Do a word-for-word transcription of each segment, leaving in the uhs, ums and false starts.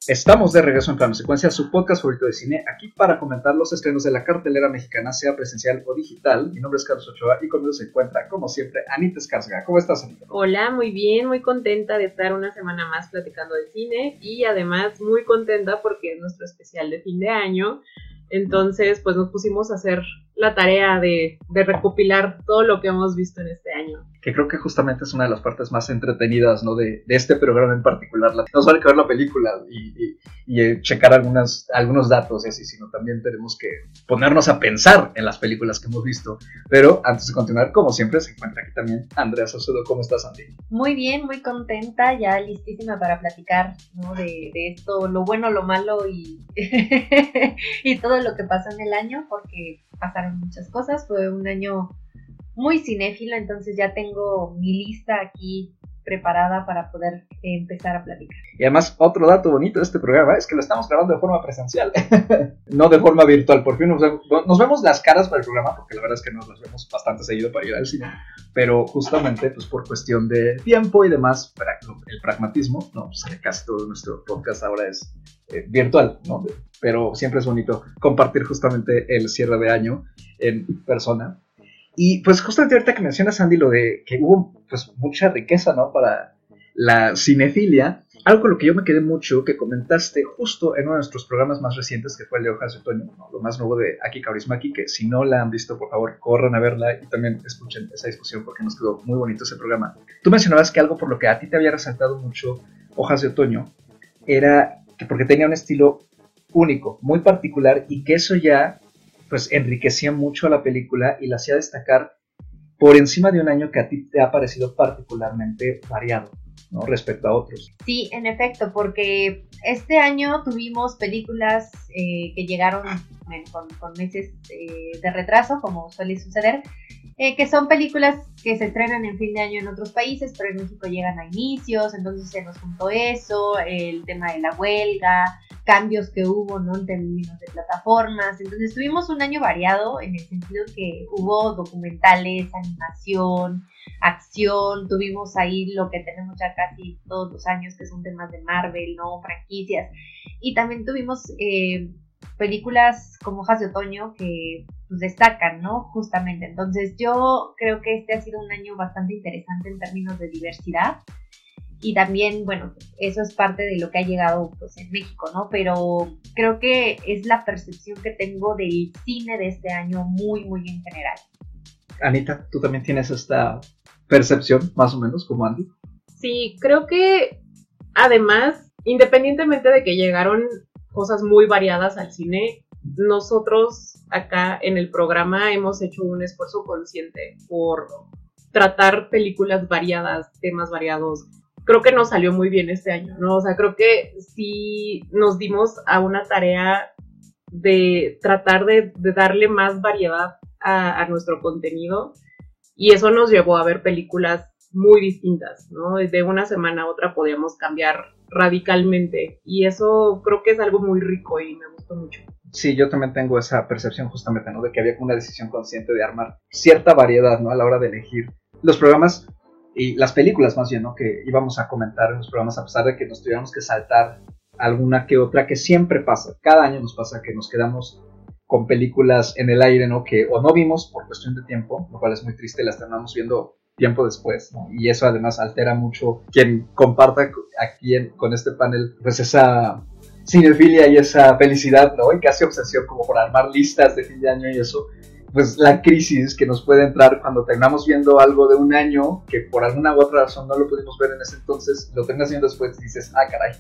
Estamos de regreso en Plano Secuencia, su podcast favorito de cine, aquí para comentar los estrenos de la cartelera mexicana, sea presencial o digital. Mi nombre es Carlos Ochoa y conmigo se encuentra, como siempre, Anita Escárcega. ¿Cómo estás, Anita? Hola, muy bien, muy contenta de estar una semana más platicando de cine y además muy contenta porque es nuestro especial de fin de año. Entonces, pues nos pusimos a hacer la tarea de, de recopilar todo lo que hemos visto en este año. Que creo que justamente es una de las partes más entretenidas, ¿no? de, de este programa en particular. No nos vale que ver la película y, y, y eh, checar algunas, algunos datos y así, sino también tenemos que ponernos a pensar en las películas que hemos visto. Pero antes de continuar, como siempre, se encuentra aquí también Andrea Saucedo. ¿Cómo estás, Andy? Muy bien, muy contenta, ya listísima para platicar, ¿no? de, de esto, lo bueno, lo malo y, y todo lo que pasó en el año, porque pasaron muchas cosas. Fue un año muy cinéfilo, entonces ya tengo mi lista aquí preparada para poder eh, empezar a platicar. Y además, otro dato bonito de este programa es que lo estamos grabando de forma presencial, no de forma virtual. Por fin nos, nos vemos las caras para el programa, porque la verdad es que nos las vemos bastante seguido para ir al cine, pero justamente pues por cuestión de tiempo y demás, para el pragmatismo, no, pues casi todo nuestro podcast ahora es eh, virtual, ¿no? Pero siempre es bonito compartir justamente el cierre de año en persona. Y pues justamente ahorita que mencionas, Andy, lo de que hubo pues mucha riqueza, ¿no? Para la cinefilia, algo con lo que yo me quedé mucho, que comentaste justo en uno de nuestros programas más recientes, que fue el de Hojas de Otoño, ¿no? Lo más nuevo de Aki Kaurismäki, que si no la han visto, por favor, corran a verla y también escuchen esa discusión porque nos quedó muy bonito ese programa. Tú mencionabas que algo por lo que a ti te había resaltado mucho Hojas de Otoño era que porque tenía un estilo único, muy particular, y que eso ya pues enriquecía mucho a la película y la hacía destacar por encima de un año que a ti te ha parecido particularmente variado, ¿no? Respecto a otros. Sí, en efecto, porque este año tuvimos películas eh, que llegaron bueno, con, con meses eh, de retraso, como suele suceder, eh, que son películas que se estrenan en fin de año en otros países, pero en México llegan a inicios, entonces se nos juntó eso, el tema de la huelga, cambios que hubo, ¿no? En términos de plataformas. Entonces tuvimos un año variado en el sentido que hubo documentales, animación, acción, tuvimos ahí lo que tenemos ya casi todos los años, que son temas de Marvel, ¿no? Franquicias, y también tuvimos eh, películas como Hojas de Otoño que pues, destacan, ¿no? Justamente, entonces yo creo que este ha sido un año bastante interesante en términos de diversidad. Y también, bueno, eso es parte de lo que ha llegado pues, en México, ¿no? Pero creo que es la percepción que tengo del cine de este año muy, muy en general. Anita, ¿tú también tienes esta percepción, más o menos, como Andy? Sí, creo que además, independientemente de que llegaron cosas muy variadas al cine, nosotros acá en el programa hemos hecho un esfuerzo consciente por tratar películas variadas, temas variados. Creo que nos salió muy bien este año, ¿no? O sea, creo que sí nos dimos a una tarea de tratar de, de darle más variedad a, a nuestro contenido, y eso nos llevó a ver películas muy distintas, ¿no? De una semana a otra podíamos cambiar radicalmente, y eso creo que es algo muy rico y me gustó mucho. Sí, yo también tengo esa percepción justamente, ¿no? De que había como una decisión consciente de armar cierta variedad, ¿no? A la hora de elegir los programas y las películas más bien, ¿no? Que íbamos a comentar en los programas, a pesar de que nos tuviéramos que saltar alguna que otra, que siempre pasa, cada año nos pasa que nos quedamos con películas en el aire, ¿no? Que o no vimos por cuestión de tiempo, lo cual es muy triste, las terminamos viendo tiempo después, ¿no? Y eso además altera mucho quien comparta aquí en, con este panel, pues esa cinefilia y esa felicidad, ¿no? Y casi obsesión como por armar listas de fin de año y eso. Pues la crisis que nos puede entrar cuando terminamos viendo algo de un año que por alguna u otra razón no lo pudimos ver en ese entonces, lo terminas viendo después y dices, ah, caray,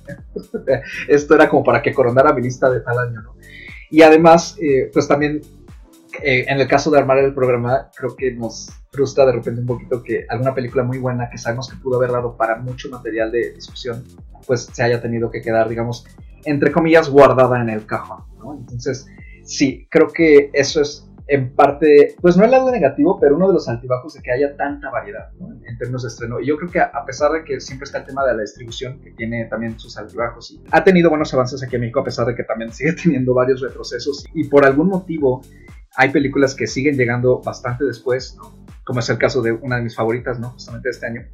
esto era como para que coronara mi lista de tal año, ¿no? Y además, eh, pues también, eh, en el caso de armar el programa, creo que nos frustra de repente un poquito que alguna película muy buena que sabemos que pudo haber dado para mucho material de discusión, pues se haya tenido que quedar, digamos, entre comillas, guardada en el cajón, ¿no? Entonces, sí, creo que eso es en parte, pues no el lado negativo, pero uno de los altibajos de que haya tanta variedad, ¿no? En términos de estreno. Y yo creo que a, a pesar de que siempre está el tema de la distribución, que tiene también sus altibajos, y ha tenido buenos avances aquí en México, a pesar de que también sigue teniendo varios retrocesos, y por algún motivo hay películas que siguen llegando bastante después, ¿no? Como es el caso de una de mis favoritas, ¿no? Justamente de este año,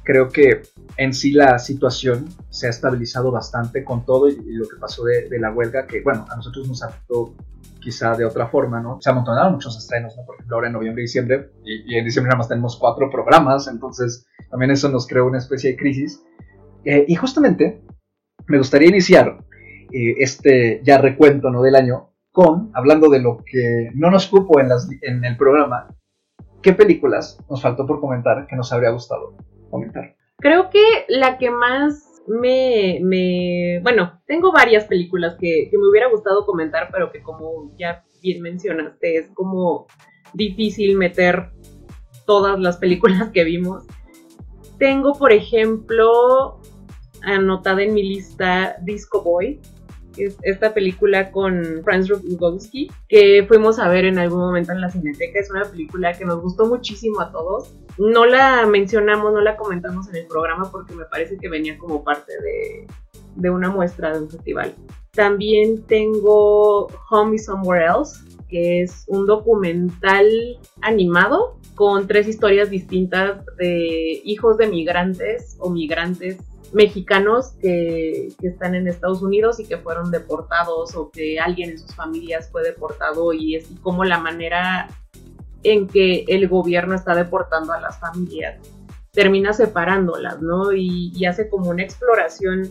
creo que en sí la situación se ha estabilizado bastante con todo y, y lo que pasó de, de la huelga, que bueno, a nosotros nos afectó quizá de otra forma, ¿no? Se amontonaron muchos estrenos, ¿no? Por ejemplo, ahora en noviembre y diciembre, y, y en diciembre nada más tenemos cuatro programas, entonces también eso nos creó una especie de crisis. Eh, y justamente me gustaría iniciar eh, este ya recuento, ¿no?, del año con, hablando de lo que no nos cupo en, las, en el programa, ¿qué películas nos faltó por comentar que nos habría gustado comentar? Creo que la que más me... me bueno, tengo varias películas que, que me hubiera gustado comentar, pero que como ya bien mencionaste, es como difícil meter todas las películas que vimos. Tengo, por ejemplo, anotada en mi lista Disco Boy, es esta película con Franz Rogowski, que fuimos a ver en algún momento en la Cineteca. Es una película que nos gustó muchísimo a todos. No la mencionamos, no la comentamos en el programa porque me parece que venía como parte de, de una muestra de un festival. También tengo Home is Somewhere Else, que es un documental animado con tres historias distintas de hijos de migrantes o migrantes mexicanos que, que están en Estados Unidos y que fueron deportados, o que alguien en sus familias fue deportado, y es como la manera en que el gobierno está deportando a las familias termina separándolas, ¿no? Y, y hace como una exploración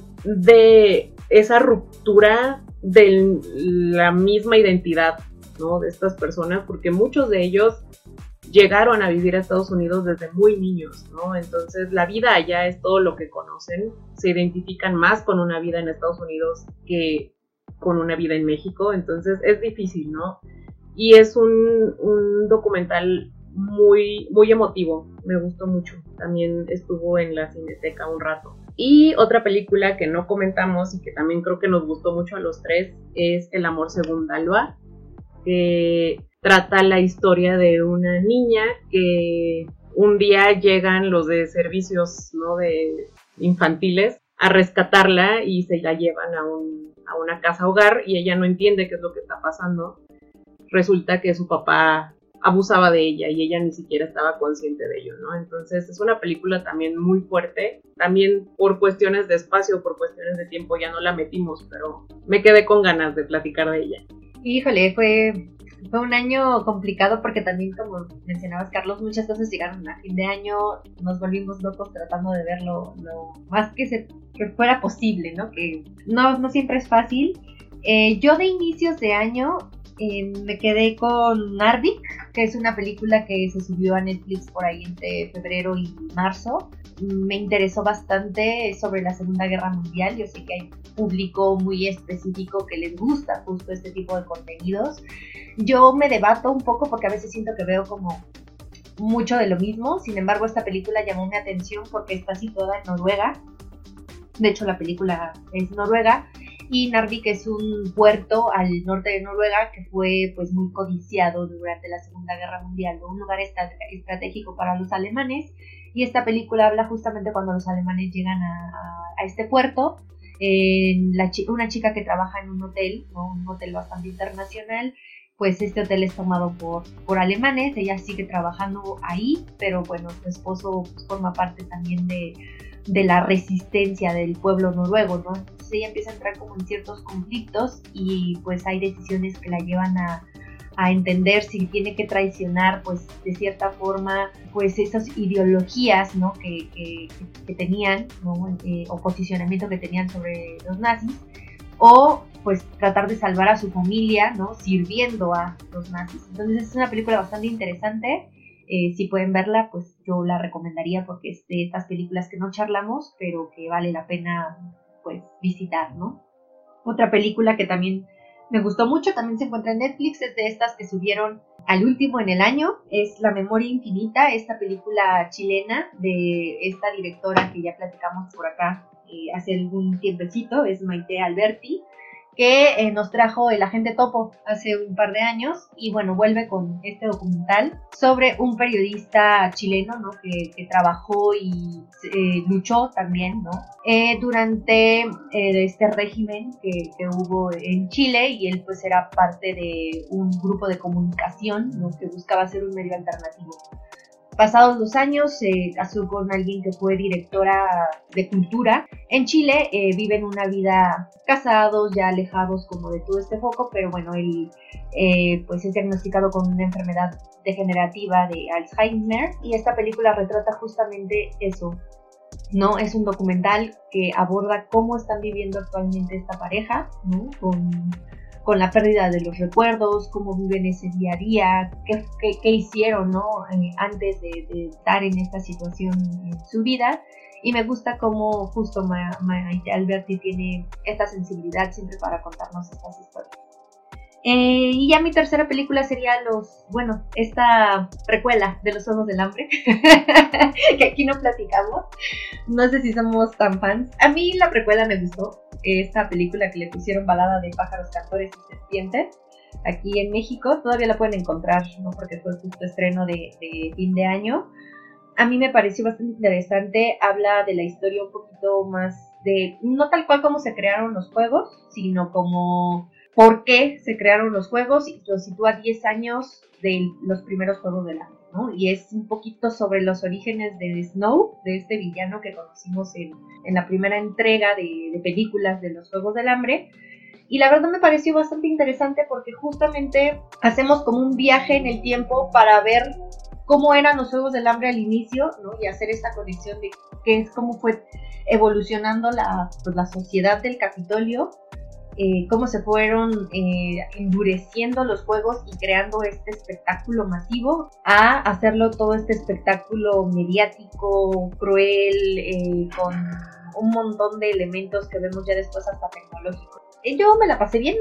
de esa ruptura de la misma identidad, ¿no?, de estas personas, porque muchos de ellos llegaron a vivir a Estados Unidos desde muy niños, ¿no? Entonces la vida allá es todo lo que conocen, se identifican más con una vida en Estados Unidos que con una vida en México, entonces es difícil, ¿no? Y es un, un documental muy, muy emotivo, me gustó mucho, también estuvo en la Cineteca un rato. Y otra película que no comentamos y que también creo que nos gustó mucho a los tres es El amor según Dalva, que trata la historia de una niña que un día llegan los de servicios, ¿no?, de infantiles a rescatarla y se la llevan a, un, a una casa hogar, y ella no entiende qué es lo que está pasando. Resulta que su papá abusaba de ella y ella ni siquiera estaba consciente de ello, ¿no? Entonces es una película también muy fuerte. También por cuestiones de espacio, por cuestiones de tiempo ya no la metimos, pero me quedé con ganas de platicar de ella. Híjole, fue... Fue un año complicado porque también, como mencionabas, Carlos, muchas cosas llegaron a fin de año, nos volvimos locos tratando de ver lo, lo más que, se, que fuera posible, ¿no? Que no, no siempre es fácil. Eh, yo de inicios de año eh, me quedé con Narvik, que es una película que se subió a Netflix por ahí entre febrero y marzo. Me interesó bastante sobre la Segunda Guerra Mundial. Yo sé que hay público muy específico que les gusta justo este tipo de contenidos. Yo me debato un poco porque a veces siento que veo como mucho de lo mismo. Sin embargo, esta película llamó mi atención porque está situada en Noruega. De hecho, la película es noruega. Y Narvik es un puerto al norte de Noruega que fue pues muy codiciado durante la Segunda Guerra Mundial, ¿no? Un lugar estratégico para los alemanes. Y esta película habla justamente cuando los alemanes llegan a, a, a este puerto. Eh, la chi- una chica que trabaja en un hotel, ¿no?, un hotel bastante internacional, pues este hotel es tomado por, por alemanes. Ella sigue trabajando ahí, pero bueno, su esposo pues, forma parte también de, de la resistencia del pueblo noruego, ¿no? Entonces ella empieza a entrar como en ciertos conflictos y pues hay decisiones que la llevan a, a entender si tiene que traicionar, pues de cierta forma, pues esas ideologías, ¿no?, que, que, que tenían, ¿no?, eh, o posicionamiento que tenían sobre los nazis, o pues tratar de salvar a su familia, ¿no?, sirviendo a los nazis. Entonces es una película bastante interesante. Eh, si pueden verla, pues yo la recomendaría porque es de estas películas que no charlamos, pero que vale la pena pues visitar, ¿no? Otra película que también me gustó mucho, también se encuentra en Netflix, es de estas que subieron al último en el año, es La Memoria Infinita, esta película chilena de esta directora que ya platicamos por acá eh, hace algún tiempecito, es Maite Alberti, que eh, nos trajo El Agente Topo hace un par de años, y bueno, vuelve con este documental sobre un periodista chileno, ¿no?, que, que trabajó y eh, luchó también, ¿no?, eh, durante eh, este régimen que, que hubo en Chile, y él pues era parte de un grupo de comunicación, ¿no?, que buscaba ser un medio alternativo. pasados los años se casó con alguien que fue directora de cultura en Chile. Eh, viven una vida casados, ya alejados como de todo este foco, pero bueno, él eh, pues es diagnosticado con una enfermedad degenerativa de Alzheimer, y esta película retrata justamente eso, ¿no? Es un documental que aborda cómo están viviendo actualmente esta pareja, ¿no? Con, con la pérdida de los recuerdos, cómo viven ese día a día, qué, qué, qué hicieron, ¿no? Eh, antes de, de estar en esta situación en su vida. Y me gusta cómo justo Ma- Maite Alberdi tiene esta sensibilidad siempre para contarnos estas historias. Eh, y ya mi tercera película sería los, bueno, esta precuela de Los Juegos del Hambre, que aquí no platicamos, no sé si somos tan fans. A mí la precuela me gustó, esta película que le pusieron Balada de pájaros, cantores y serpientes, aquí en México, todavía la pueden encontrar, ¿no? Porque fue justo estreno de, de fin de año. A mí me pareció bastante interesante, habla de la historia un poquito más de, no tal cual como se crearon los juegos, sino como por qué se crearon los juegos, y lo sitúa diez años de los primeros Juegos del Hambre, ¿no? Y es un poquito sobre los orígenes de Snow, de este villano que conocimos en, en la primera entrega de, de películas de los Juegos del Hambre. Y la verdad me pareció bastante interesante porque justamente hacemos como un viaje en el tiempo para ver cómo eran los Juegos del Hambre al inicio, ¿no? Y hacer esta conexión de qué es, cómo fue evolucionando la, pues, la sociedad del Capitolio, eh, cómo se fueron eh, endureciendo los juegos y creando este espectáculo masivo, a hacerlo todo este espectáculo mediático, cruel, eh, con un montón de elementos que vemos ya después hasta tecnológicos. Yo me la pasé bien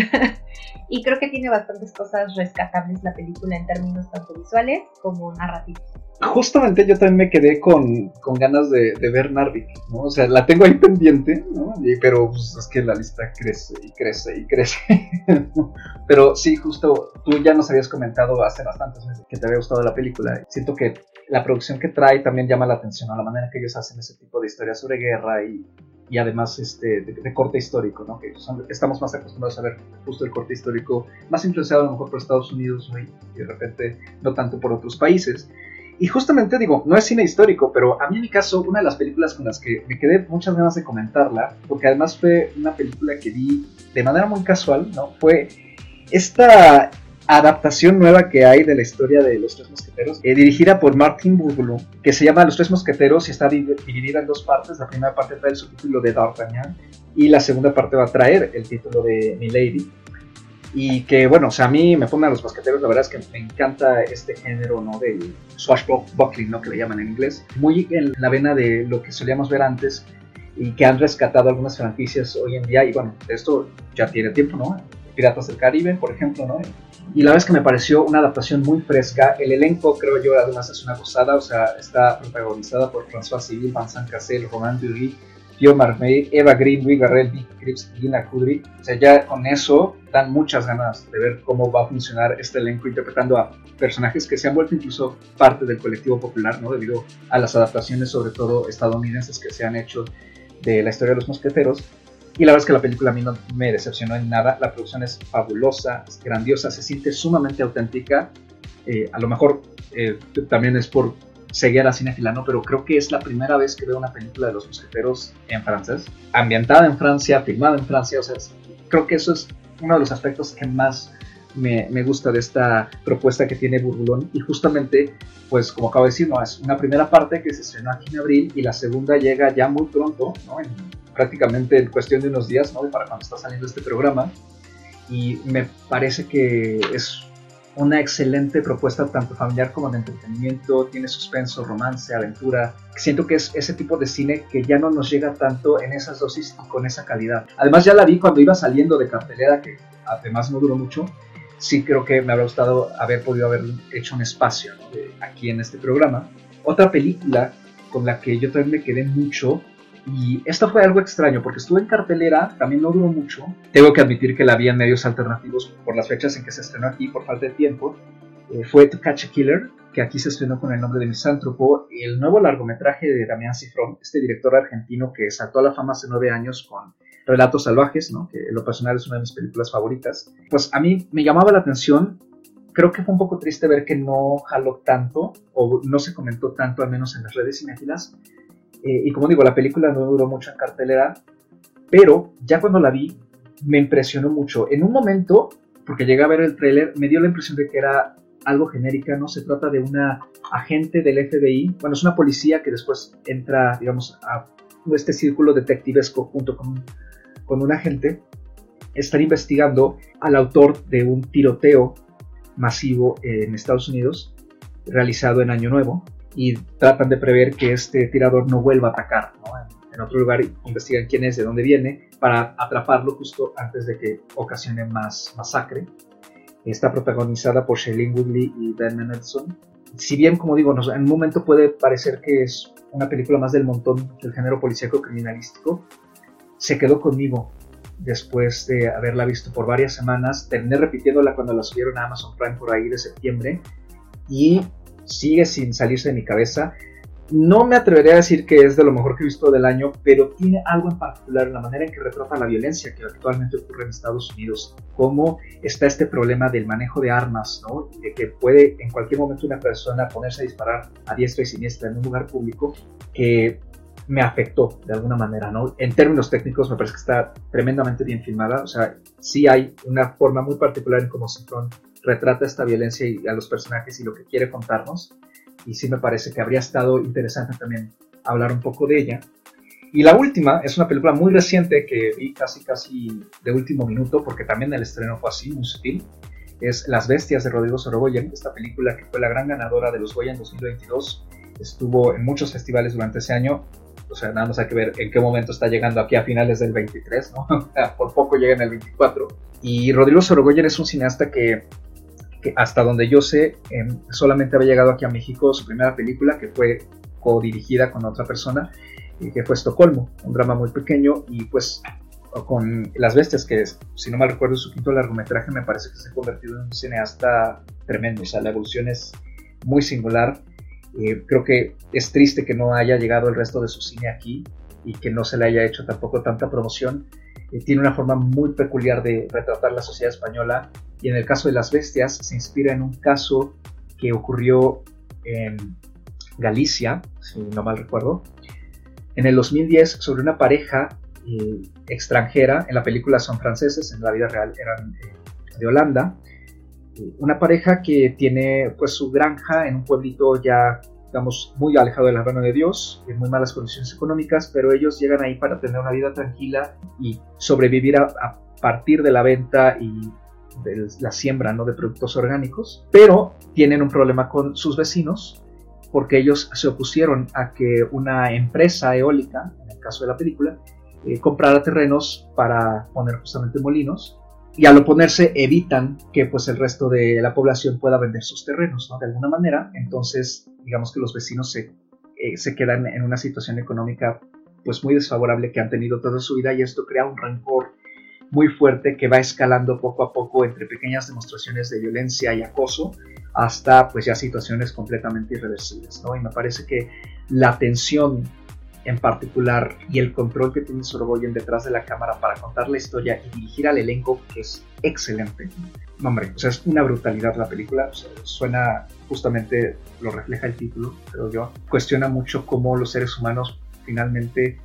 y creo que tiene bastantes cosas rescatables la película en términos tanto visuales como narrativos. Justamente yo también me quedé con, con ganas de, de ver Narvik, ¿no? O sea, la tengo ahí pendiente, ¿no? Y, pero pues, es que la lista crece y crece y crece. Pero sí, justo tú ya nos habías comentado hace bastantes meses que te había gustado la película. Siento que la producción que trae también llama la atención a la manera que ellos hacen ese tipo de historias sobre guerra y, y además este, de, de corte histórico, ¿no? Que son, estamos más acostumbrados a ver justo el corte histórico más influenciado a lo mejor por Estados Unidos, ¿no? Y de repente no tanto por otros países. Y justamente digo, no es cine histórico, pero a mí en mi caso, una de las películas con las que me quedé muchas ganas de comentarla, porque además fue una película que vi de manera muy casual, ¿no? Fue esta adaptación nueva que hay de la historia de Los Tres Mosqueteros, eh, dirigida por Martin Bourboulon, que se llama Los Tres Mosqueteros y está dividida en dos partes. La primera parte trae el subtítulo de D'Artagnan y la segunda parte va a traer el título de Milady. Y que, bueno, o sea, a mí me ponen a los mosqueteros, la verdad es que me encanta este género, ¿no? Del swashbuckling, ¿no? Que le llaman en inglés. Muy en la vena de lo que solíamos ver antes y que han rescatado algunas franquicias hoy en día. Y bueno, esto ya tiene tiempo, ¿no? Piratas del Caribe, por ejemplo, ¿no? Y la verdad es que me pareció una adaptación muy fresca. El elenco, creo yo, además es una gozada. O sea, está protagonizada por François Civil, Vincent Cassel, Romain Duris, Pio Marmé, Eva Green, Louis Garrel, Vic Krieps y Gina Kudry. O sea, ya con eso dan muchas ganas de ver cómo va a funcionar este elenco interpretando a personajes que se han vuelto incluso parte del colectivo popular, ¿no? Debido a las adaptaciones, sobre todo estadounidenses, que se han hecho de la historia de los mosqueteros. Y la verdad es que la película a mí no me decepcionó en nada. La producción es fabulosa, es grandiosa, se siente sumamente auténtica. Eh, a lo mejor eh, también es por seguir a cinéfila, ¿no? Pero creo que es la primera vez que veo una película de los mosqueteros en francés, ambientada en Francia, filmada en Francia. O sea, creo que eso es uno de los aspectos que más me, me gusta de esta propuesta que tiene Bourboulon. Y justamente, pues como acabo de decir, ¿no? Es una primera parte que se estrenó aquí en abril y la segunda llega ya muy pronto, ¿no? En, prácticamente en cuestión de unos días, ¿no? Para cuando está saliendo este programa. Y me parece que es una excelente propuesta, tanto familiar como de entretenimiento. Tiene suspenso, romance, aventura. Siento que es ese tipo de cine que ya no nos llega tanto en esas dosis y con esa calidad. Además ya la vi cuando iba saliendo de cartelera, que además no duró mucho. Sí creo que me habría gustado haber podido haber hecho un espacio, ¿no? de, aquí en este programa. Otra película con la que yo también me quedé mucho, y esta fue algo extraño porque estuvo en cartelera, también no duró mucho. Tengo que admitir que la vi en medios alternativos por las fechas en que se estrenó aquí, por falta de tiempo. Eh, fue To Catch a Killer, que aquí se estrenó con el nombre de Misántropo, el nuevo largometraje de Damián Cifrón, este director argentino que saltó a la fama hace nueve años con Relatos Salvajes, ¿no? Que en lo personal es una de mis películas favoritas. Pues a mí me llamaba la atención creo que fue un poco triste ver que no jaló tanto, o no se comentó tanto, al menos en las redes cinéfilas. Eh, y como digo, la película no duró mucho en cartelera, pero ya cuando la vi, me impresionó mucho. En un momento, porque llegué a ver el tráiler, me dio la impresión de que era algo genérica, ¿no? Se trata de una agente del F B I, bueno, es una policía que después entra, digamos, a este círculo detectivesco junto con, con un agente. Están investigando al autor de un tiroteo masivo en Estados Unidos, realizado en Año Nuevo, y tratan de prever que este tirador no vuelva a atacar, ¿no? En, en otro lugar investigan quién es, de dónde viene, para atraparlo justo antes de que ocasione más masacre. Está protagonizada por Shailene Woodley y Ben Mendelsohn. Si bien, como digo, en un momento puede parecer que es una película más del montón del género policíaco criminalístico, se quedó conmigo después de haberla visto por varias semanas. Terminé repitiéndola cuando la subieron a Amazon Prime por ahí de septiembre y sigue sin salirse de mi cabeza. No me atrevería a decir que es de lo mejor que he visto del año, pero tiene algo en particular en la manera en que retrata la violencia que actualmente ocurre en Estados Unidos. Cómo está este problema del manejo de armas, ¿no? De que puede en cualquier momento una persona ponerse a disparar a diestra y siniestra en un lugar público, que me afectó de alguna manera, ¿no? En términos técnicos me parece que está tremendamente bien filmada. O sea, sí hay una forma muy particular en cómo Cifrón retrata esta violencia y a los personajes y lo que quiere contarnos. Y sí me parece que habría estado interesante también hablar un poco de ella. Y la última es una película muy reciente que vi casi casi de último minuto, porque también el estreno fue así, muy sutil. Es Las Bestias de Rodrigo Sorogoyen, esta película que fue la gran ganadora de los Goya en dos mil veintidós. Estuvo en muchos festivales durante ese año. O sea, nada más hay que ver en qué momento está llegando aquí a finales del veintitrés, ¿no? Por poco llega en el veinticuatro. Y Rodrigo Sorogoyen es un cineasta que... que hasta donde yo sé, eh, solamente había llegado aquí a México su primera película, que fue codirigida con otra persona, eh, que fue Estocolmo, un drama muy pequeño, y pues con Las Bestias, que es, si no mal recuerdo, su quinto largometraje, me parece que se ha convertido en un cineasta tremendo. O sea, la evolución es muy singular. Eh, creo que es triste que no haya llegado el resto de su cine aquí y que no se le haya hecho tampoco tanta promoción. Eh, tiene una forma muy peculiar de retratar la sociedad española. Y en el caso de Las Bestias se inspira en un caso que ocurrió en Galicia, si no mal recuerdo, en el dos mil diez, sobre una pareja eh, extranjera. En la película son franceses, en la vida real eran eh, de Holanda. Eh, una pareja que tiene pues su granja en un pueblito ya, digamos, muy alejado de la mano de Dios, en muy malas condiciones económicas, pero ellos llegan ahí para tener una vida tranquila y sobrevivir a, a partir de la venta y de la siembra, ¿no?, de productos orgánicos. Pero tienen un problema con sus vecinos porque ellos se opusieron a que una empresa eólica, en el caso de la película, eh, comprara terrenos para poner justamente molinos, y al oponerse evitan que pues el resto de la población pueda vender sus terrenos, ¿no?, de alguna manera. Entonces digamos que los vecinos se, eh, se quedan en una situación económica pues muy desfavorable que han tenido toda su vida, y esto crea un rencor muy fuerte que va escalando poco a poco entre pequeñas demostraciones de violencia y acoso hasta pues ya situaciones completamente irreversibles, ¿no? Y me parece que la tensión en particular y el control que tiene Sorogoyen detrás de la cámara para contar la historia y dirigir al elenco, que es excelente. No, hombre, o sea, es una brutalidad la película. O sea, suena, justamente lo refleja el título, creo yo. Cuestiona mucho cómo los seres humanos finalmente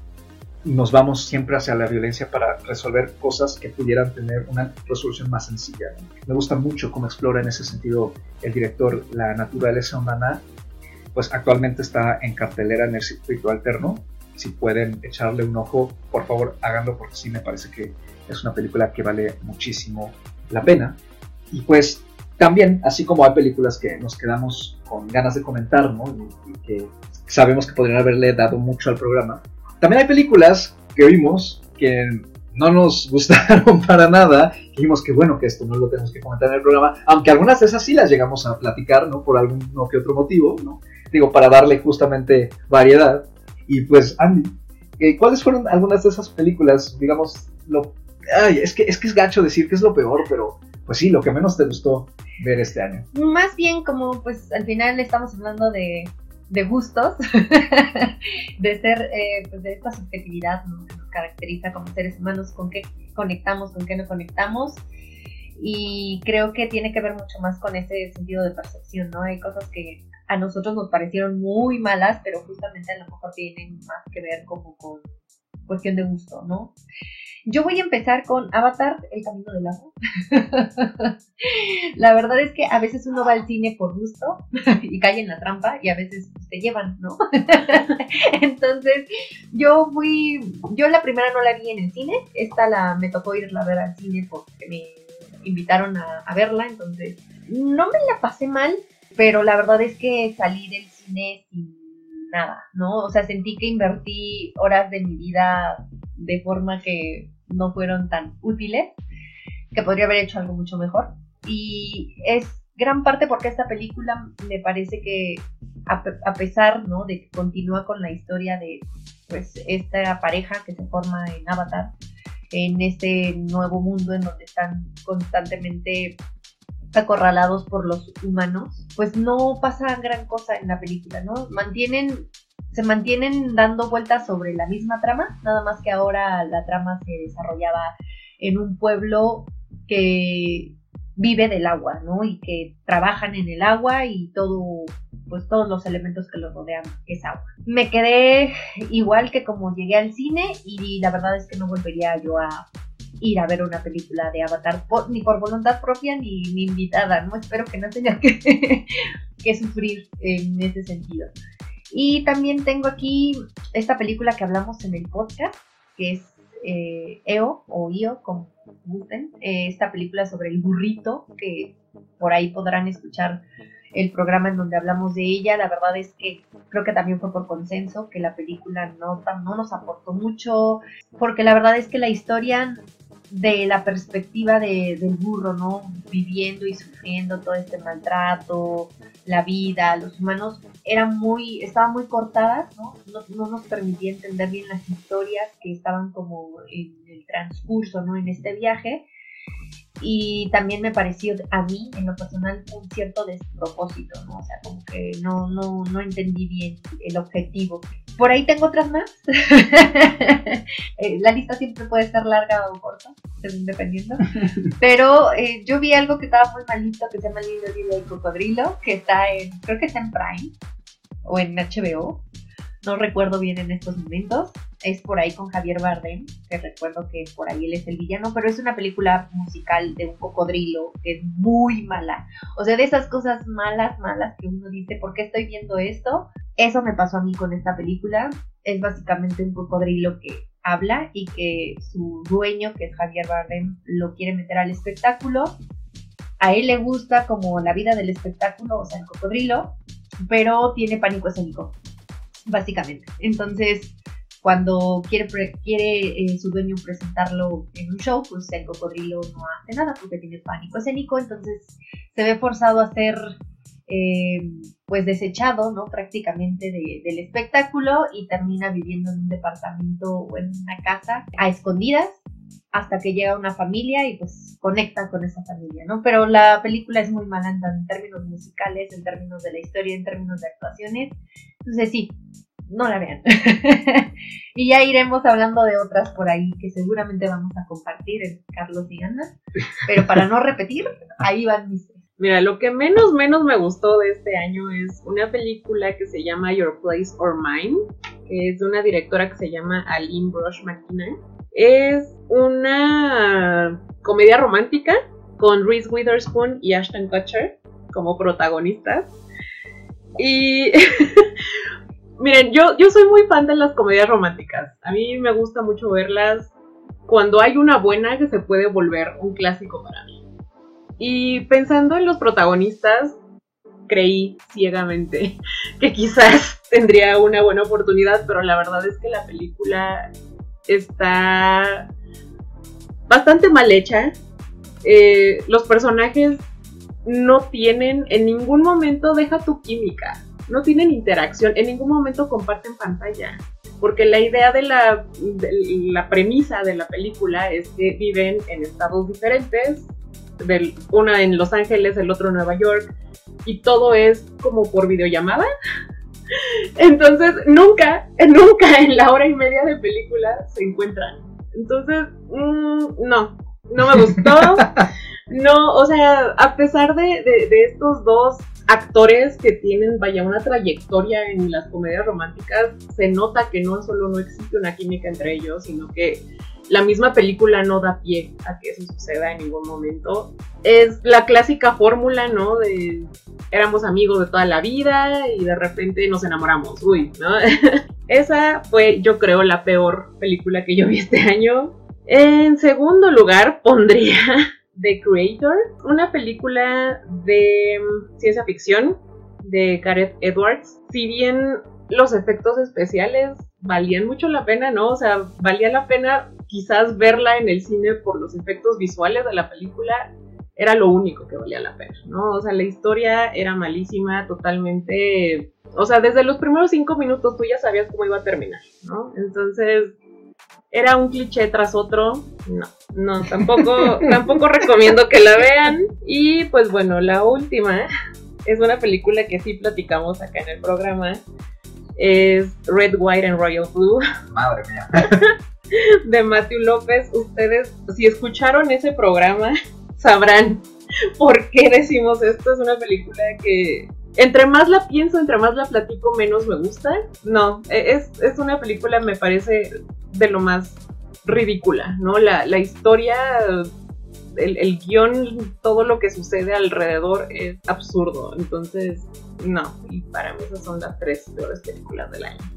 nos vamos siempre hacia la violencia para resolver cosas que pudieran tener una resolución más sencilla, ¿no? Me gusta mucho cómo explora en ese sentido el director la naturaleza humana. Pues actualmente está en cartelera en el circuito alterno. Si pueden echarle un ojo, por favor háganlo, porque sí me parece que es una película que vale muchísimo la pena. Y pues también, así como hay películas que nos quedamos con ganas de comentar, ¿no?, y, y que sabemos que podrían haberle dado mucho al programa, también hay películas que vimos que no nos gustaron para nada. Dijimos que bueno, que esto no lo tenemos que comentar en el programa, aunque algunas de esas sí las llegamos a platicar, ¿no?, por algún no que otro motivo, ¿no? Digo, para darle justamente variedad. Y pues, Andy, ¿cuáles fueron algunas de esas películas? Digamos, lo, ay, es que es que es gacho decir que es lo peor, pero pues sí, lo que menos te gustó ver este año. Más bien como, pues, al final estamos hablando de, de gustos, de ser, eh, pues, de esta subjetividad, ¿no?, que nos caracteriza como seres humanos, con qué conectamos, con qué no conectamos. y creo que tiene que ver mucho más con ese sentido de percepción, ¿no? Hay cosas que a nosotros nos parecieron muy malas, pero justamente a lo mejor tienen más que ver como con cuestión de gusto, ¿no? Yo voy a empezar con Avatar, El Camino del Agua. La verdad es que a veces uno va al cine por gusto y cae en la trampa y a veces te llevan, ¿no? Entonces, yo fui, yo la primera no la vi en el cine, esta la me tocó irla a ver al cine porque me invitaron a, a verla, entonces no me la pasé mal, pero la verdad es que salí del cine sin nada, ¿no? O sea, sentí que invertí horas de mi vida de forma que no fueron tan útiles, que podría haber hecho algo mucho mejor. Y es gran parte porque esta película me parece que a, a pesar, ¿no?, de que continúa con la historia de pues esta pareja que se forma en Avatar, en este nuevo mundo en donde están constantemente acorralados por los humanos, pues no pasa gran cosa en la película, ¿no? Mantienen, se mantienen dando vueltas sobre la misma trama, nada más que ahora la trama se desarrollaba en un pueblo que vive del agua, ¿no? Y que trabajan en el agua y todo, pues todos los elementos que los rodean es agua. Me quedé igual que como llegué al cine y la verdad es que no volvería yo a ir a ver una película de Avatar por, ni por voluntad propia ni, ni invitada, ¿no? Espero que no tenga que, que sufrir en ese sentido. Y también tengo aquí esta película que hablamos en el podcast, que es eh, E O o I O, como gusten, eh, esta película sobre el burrito, que por ahí podrán escuchar el programa en donde hablamos de ella. La verdad es que creo que también fue por consenso que la película no, no nos aportó mucho, porque la verdad es que la historia de la perspectiva de, del burro, ¿no?, viviendo y sufriendo todo este maltrato, la vida, los humanos, eran muy, estaban muy cortadas, ¿no? No, no nos permitía entender bien las historias que estaban como en el transcurso, ¿no?, en este viaje. Y también me pareció a mí, en lo personal, un cierto despropósito, ¿no? O sea, como que no, no, no entendí bien el objetivo. Por ahí tengo otras más. La lista siempre puede ser larga o corta, según dependiendo. Pero eh, yo vi algo que estaba muy malito, que se llama Lindo Lindo y Cocodrilo, que está en, creo que está en Prime, o en H B O. No recuerdo bien en estos momentos. Es por ahí con Javier Bardem, que recuerdo que por ahí él es el villano, pero es una película musical de un cocodrilo que es muy mala. O sea, de esas cosas malas, malas que uno dice, ¿por qué estoy viendo esto? Eso me pasó a mí con esta película. Es básicamente un cocodrilo que habla y que su dueño, que es Javier Bardem, lo quiere meter al espectáculo. A él le gusta como la vida del espectáculo, o sea, el cocodrilo, pero tiene pánico escénico, básicamente. Entonces, cuando quiere, quiere eh, su dueño presentarlo en un show, pues el cocodrilo no hace nada porque tiene pánico escénico, entonces se ve forzado a ser eh, pues desechado, ¿no?, prácticamente de, del espectáculo, y termina viviendo en un departamento o en una casa a escondidas hasta que llega una familia y pues conecta con esa familia, ¿no? Pero la película es muy mala en términos musicales, en términos de la historia, en términos de actuaciones. Entonces sí, no la vean. Y ya iremos hablando de otras por ahí que seguramente vamos a compartir en Carlos y Ana. Pero para no repetir, ahí van mis tres. Mira, lo que menos, menos me gustó de este año es una película que se llama Your Place or Mine, que es de una directora que se llama Aline Brosh McKenna. Es una comedia romántica con Reese Witherspoon y Ashton Kutcher como protagonistas. Y miren, yo, yo soy muy fan de las comedias románticas. A mí me gusta mucho verlas cuando hay una buena que se puede volver un clásico para mí. Y pensando en los protagonistas, creí ciegamente que quizás tendría una buena oportunidad, pero la verdad es que la película está bastante mal hecha. Eh, los personajes no tienen, en ningún momento deja tu química, no tienen interacción, en ningún momento comparten pantalla, porque la idea de la, de la premisa de la película es que viven en estados diferentes, del, una en Los Ángeles, el otro en Nueva York, y todo es como por videollamada. Entonces nunca, nunca en la hora y media de película se encuentran. Entonces, mmm, no, no me gustó. No, o sea, a pesar de, de, de estos dos actores que tienen, vaya, una trayectoria en las comedias románticas, se nota que no solo no existe una química entre ellos, sino que la misma película no da pie a que eso suceda en ningún momento. Es la clásica fórmula, ¿no? De éramos amigos de toda la vida y de repente nos enamoramos, uy, ¿no? Esa fue, yo creo, la peor película que yo vi este año. En segundo lugar, pondría The Creator, una película de ciencia ficción de Gareth Edwards. Si bien los efectos especiales valían mucho la pena, ¿no? O sea, valía la pena quizás verla en el cine por los efectos visuales de la película, era lo único que valía la pena, ¿no? O sea, la historia era malísima, totalmente... O sea, desde los primeros cinco minutos tú ya sabías cómo iba a terminar, ¿no? Entonces, era un cliché tras otro. No, no, tampoco, tampoco recomiendo que la vean. Y pues bueno, la última es una película que sí platicamos acá en el programa. Es Red, White and Royal Blue. Madre mía. De Matthew López. Ustedes, si escucharon ese programa, sabrán por qué decimos esto. Es una película que entre más la pienso, entre más la platico, menos me gusta. No, es, es una película, me parece, de lo más ridícula, ¿no? La, la historia, el, el guión, todo lo que sucede alrededor es absurdo. Entonces, no, y para mí esas son las tres peores películas del año.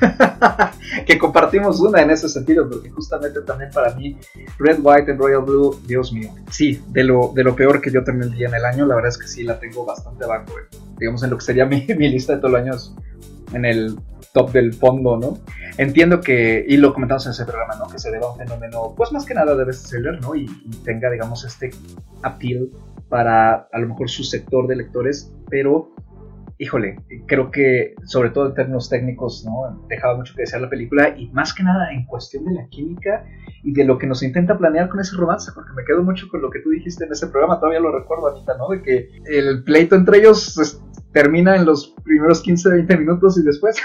Que compartimos una en ese sentido, porque justamente también para mí Red, White and Royal Blue, Dios mío, sí, de lo, de lo peor que yo también vi en el año. La verdad es que sí la tengo bastante abajo, eh. digamos, en lo que sería mi, mi lista de todos los años, en el top del fondo, ¿no? Entiendo que, y lo comentamos en ese programa, ¿no? Que se deba a un fenómeno, pues más que nada de bestseller, ¿no? Y, y tenga, digamos, este appeal para a lo mejor su sector de lectores, pero híjole, creo que sobre todo en términos técnicos, ¿no? Dejaba mucho que desear la película, y más que nada en cuestión de la química y de lo que nos intenta planear con ese romance, porque me quedo mucho con lo que tú dijiste en ese programa, todavía lo recuerdo, Anita, ¿no? De que el pleito entre ellos es, termina en los primeros quince a veinte minutos y después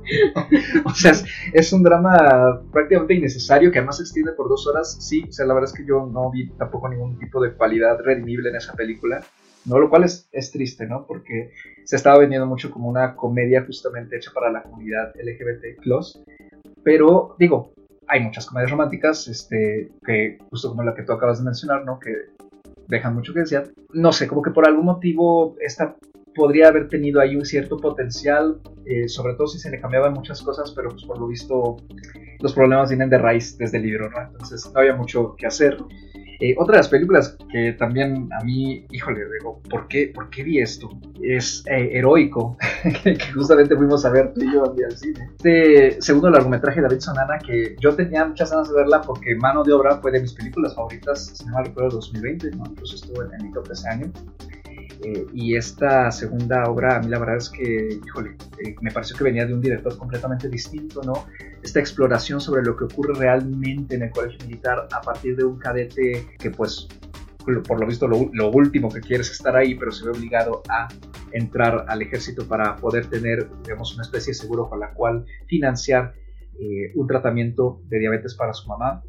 o sea, es, es un drama prácticamente innecesario, que además se extiende por dos horas. Sí, o sea, la verdad es que yo no vi tampoco ningún tipo de cualidad redimible en esa película, ¿no? Lo cual es, es triste, ¿no? Porque se estaba vendiendo mucho como una comedia justamente hecha para la comunidad L G B T plus, pero digo, hay muchas comedias románticas, este, que justo como la que tú acabas de mencionar, ¿no? Que dejan mucho que desear. No sé, como que por algún motivo esta podría haber tenido ahí un cierto potencial, eh, sobre todo si se le cambiaban muchas cosas, pero pues por lo visto los problemas vienen de raíz desde el libro, ¿no? Entonces no había mucho que hacer. Eh, otra de las películas que también a mí, híjole, digo, ¿por qué, ¿por qué vi esto? Es eh, Heroico, que justamente fuimos a ver tú y yo al cine. Este segundo largometraje de David Sonana, que yo tenía muchas ganas de verla porque Mano de Obra fue de mis películas favoritas, si no me recuerdo, dos mil veinte, ¿no? Incluso estuvo en, en mi top de ese año. Eh, y esta segunda obra, a mí la verdad es que, híjole, eh, me pareció que venía de un director completamente distinto, ¿no? Esta exploración sobre lo que ocurre realmente en el colegio militar a partir de un cadete que, pues, por lo visto, lo, lo último que quiere es estar ahí, pero se ve obligado a entrar al ejército para poder tener, digamos, una especie de seguro con la cual financiar eh, un tratamiento de diabetes para su mamá.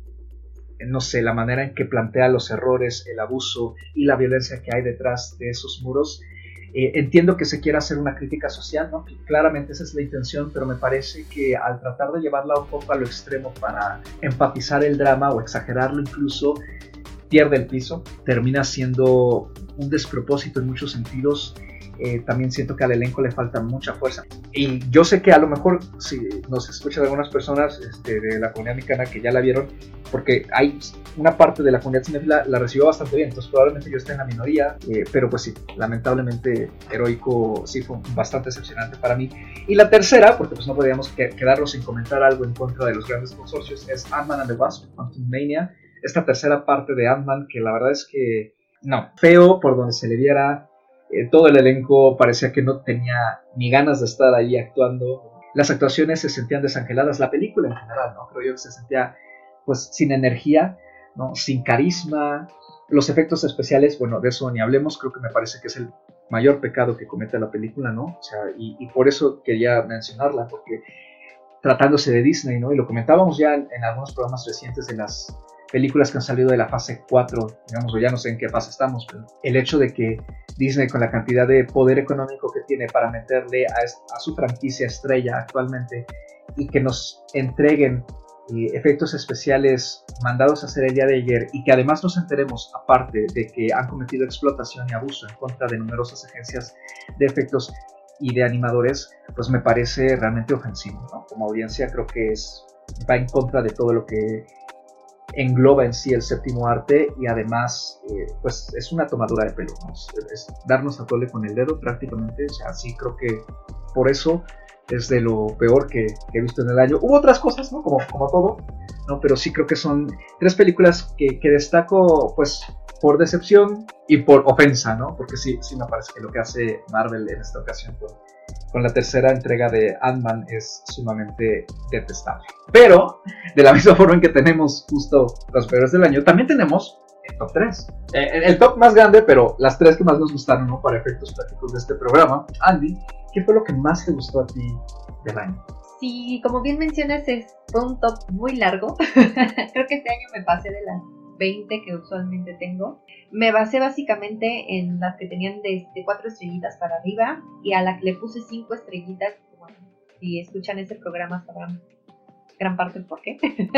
No sé, la manera en que plantea los errores, el abuso y la violencia que hay detrás de esos muros. Eh, entiendo que se quiera hacer una crítica social, ¿no? Claramente esa es la intención, pero me parece que al tratar de llevarla un poco a lo extremo para enfatizar el drama o exagerarlo incluso, pierde el piso, termina siendo un despropósito en muchos sentidos. Eh, también siento que al elenco le falta mucha fuerza, y yo sé que a lo mejor si nos escuchan algunas personas este, de la comunidad mexicana que ya la vieron, porque hay una parte de la comunidad cinéfila la recibió bastante bien, entonces probablemente yo esté en la minoría, eh, pero pues sí, lamentablemente Heroico sí fue bastante decepcionante para mí. Y la tercera, porque pues no podíamos que, quedarnos sin comentar algo en contra de los grandes consorcios, es Ant-Man and the Wasp: Quantumania, esta tercera parte de Ant-Man, que la verdad es que no, feo por donde se le viera. Eh, todo el elenco parecía que no tenía ni ganas de estar ahí actuando. Las actuaciones se sentían desangeladas. La película en general, ¿no? Creo yo que se sentía pues sin energía, ¿no? Sin carisma. Los efectos especiales, bueno, de eso ni hablemos. Creo que me parece que es el mayor pecado que comete la película, ¿no? O sea, y, y por eso quería mencionarla, porque tratándose de Disney, ¿no? Y lo comentábamos ya en, en algunos programas recientes de las películas que han salido de la fase cuatro, digamos, o ya no sé en qué fase estamos, pero el hecho de que Disney, con la cantidad de poder económico que tiene para meterle a, a su franquicia estrella actualmente, y que nos entreguen eh, efectos especiales mandados a hacer el día de ayer, y que además nos enteremos, aparte, de que han cometido explotación y abuso en contra de numerosas agencias de efectos y de animadores, pues me parece realmente ofensivo, ¿no? Como audiencia creo que es, va en contra de todo lo que engloba en sí el séptimo arte, y además eh, pues es una tomadura de pelo, ¿no? es, es darnos a tole con el dedo prácticamente. O sea, sí creo que por eso es de lo peor que, que he visto en el año. Hubo otras cosas, ¿no? Como, como todo, ¿no? Pero sí creo que son tres películas que, que destaco, pues, por decepción y por ofensa, ¿no? Porque sí, sí me parece que lo que hace Marvel en esta ocasión con, con la tercera entrega de Ant-Man es sumamente detestable. Pero, de la misma forma en que tenemos justo los peores del año, también tenemos el top tres. Eh, el top más grande, pero las tres que más nos gustaron, ¿no? Para efectos prácticos de este programa. Andy, ¿qué fue lo que más te gustó a ti del año? Sí, como bien mencionas, es, fue un top muy largo. Creo que este año me pasé de las veinte que usualmente tengo. Me basé básicamente en las que tenían de, de cuatro estrellitas para arriba, y a la que le puse cinco estrellitas. Bueno, si escuchan ese programa sabrán gran parte el por qué.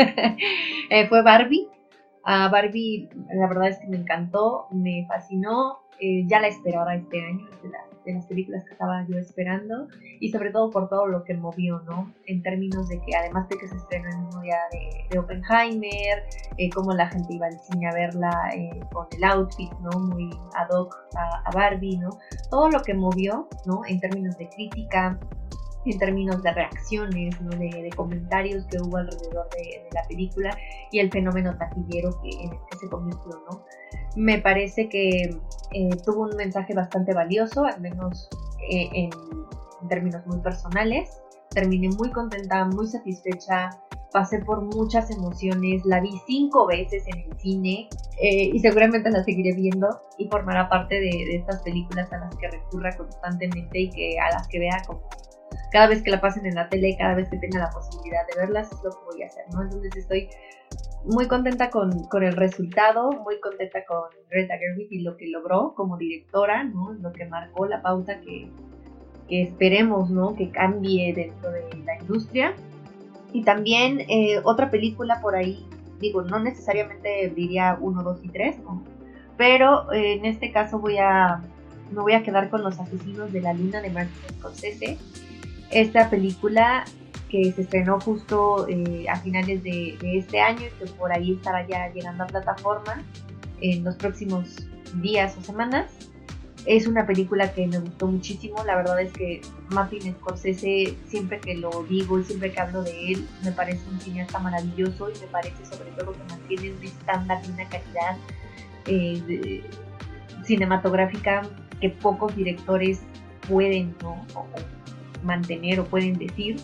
eh, fue Barbie. A Barbie, la verdad es que me encantó, me fascinó. Eh, ya la esperaba este año, de, la, de las películas que estaba yo esperando, y sobre todo por todo lo que movió, ¿no? En términos de que, además de que se estrenó el mismo día de, de Oppenheimer, eh, cómo la gente iba al cine a verla eh, con el outfit, ¿no? Muy ad hoc a, a Barbie, ¿no? Todo lo que movió, ¿no? En términos de crítica, en términos de reacciones, ¿no? de, de comentarios que hubo alrededor de, de la película, y el fenómeno taquillero que, en el que se convirtió, ¿no? Me parece que eh, tuvo un mensaje bastante valioso, al menos eh, en, en términos muy personales. Terminé muy contenta, muy satisfecha, pasé por muchas emociones, la vi cinco veces en el cine eh, y seguramente la seguiré viendo, y formará parte de, de estas películas a las que recurra constantemente y que a las que vea como cada vez que la pasen en la tele, cada vez que tenga la posibilidad de verlas, es lo que voy a hacer, ¿no? Entonces estoy muy contenta con, con el resultado, muy contenta con Greta Gerwig y lo que logró como directora, ¿no? Lo que marcó la pauta que, que esperemos, ¿no? Que cambie dentro de la industria. Y también eh, otra película por ahí, digo, no necesariamente diría uno, dos y tres, ¿no? Pero eh, en este caso voy a, me voy a quedar con Los Asesinos de la Luna de Martin Scorsese. Esta película que se estrenó justo eh, a finales de, de este año, y que por ahí estará ya llegando a plataforma en los próximos días o semanas. Es una película que me gustó muchísimo. La verdad es que Martin Scorsese, siempre que lo digo y siempre que hablo de él, me parece un cineasta maravilloso, y me parece sobre todo que mantiene un estándar y una calidad eh, de, cinematográfica que pocos directores pueden, ¿no? o, mantener o pueden decir.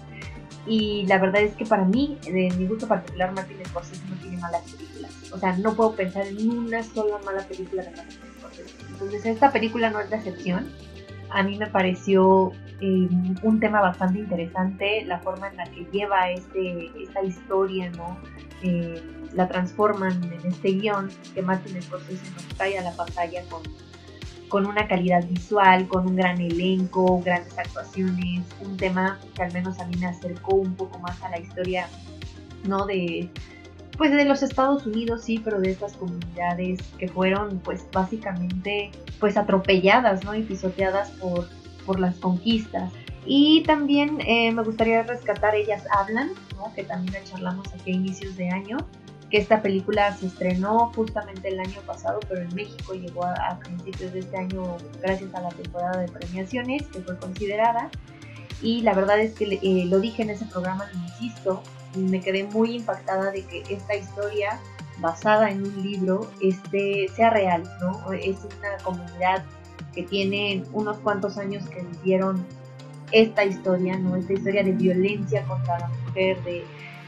Y la verdad es que para mí, de mi gusto particular, Martin Scorsese no tiene malas películas. O sea, no puedo pensar en una sola mala película de Martin Scorsese. Entonces esta película no es la excepción. A mí me pareció eh, un tema bastante interesante, la forma en la que lleva este, esta historia, ¿no? Eh, la transforman en este guión que Martin Scorsese nos trae a la pantalla con con una calidad visual, con un gran elenco, grandes actuaciones, un tema que al menos a mí me acercó un poco más a la historia, ¿no? De, pues de los Estados Unidos, sí, pero de estas comunidades que fueron, pues básicamente, pues atropelladas, ¿no? Y pisoteadas por, por las conquistas. Y también eh, me gustaría rescatar Ellas Hablan, ¿no? Que también la charlamos aquí a inicios de año, que esta película se estrenó justamente el año pasado, pero en México llegó a, a principios de este año gracias a la temporada de premiaciones, que fue considerada. Y la verdad es que eh, lo dije en ese programa, lo insisto, me quedé muy impactada de que esta historia basada en un libro este, sea real, ¿no? Es una comunidad que tiene unos cuantos años que vivieron esta historia, ¿no? Esta historia de violencia contra la mujer, de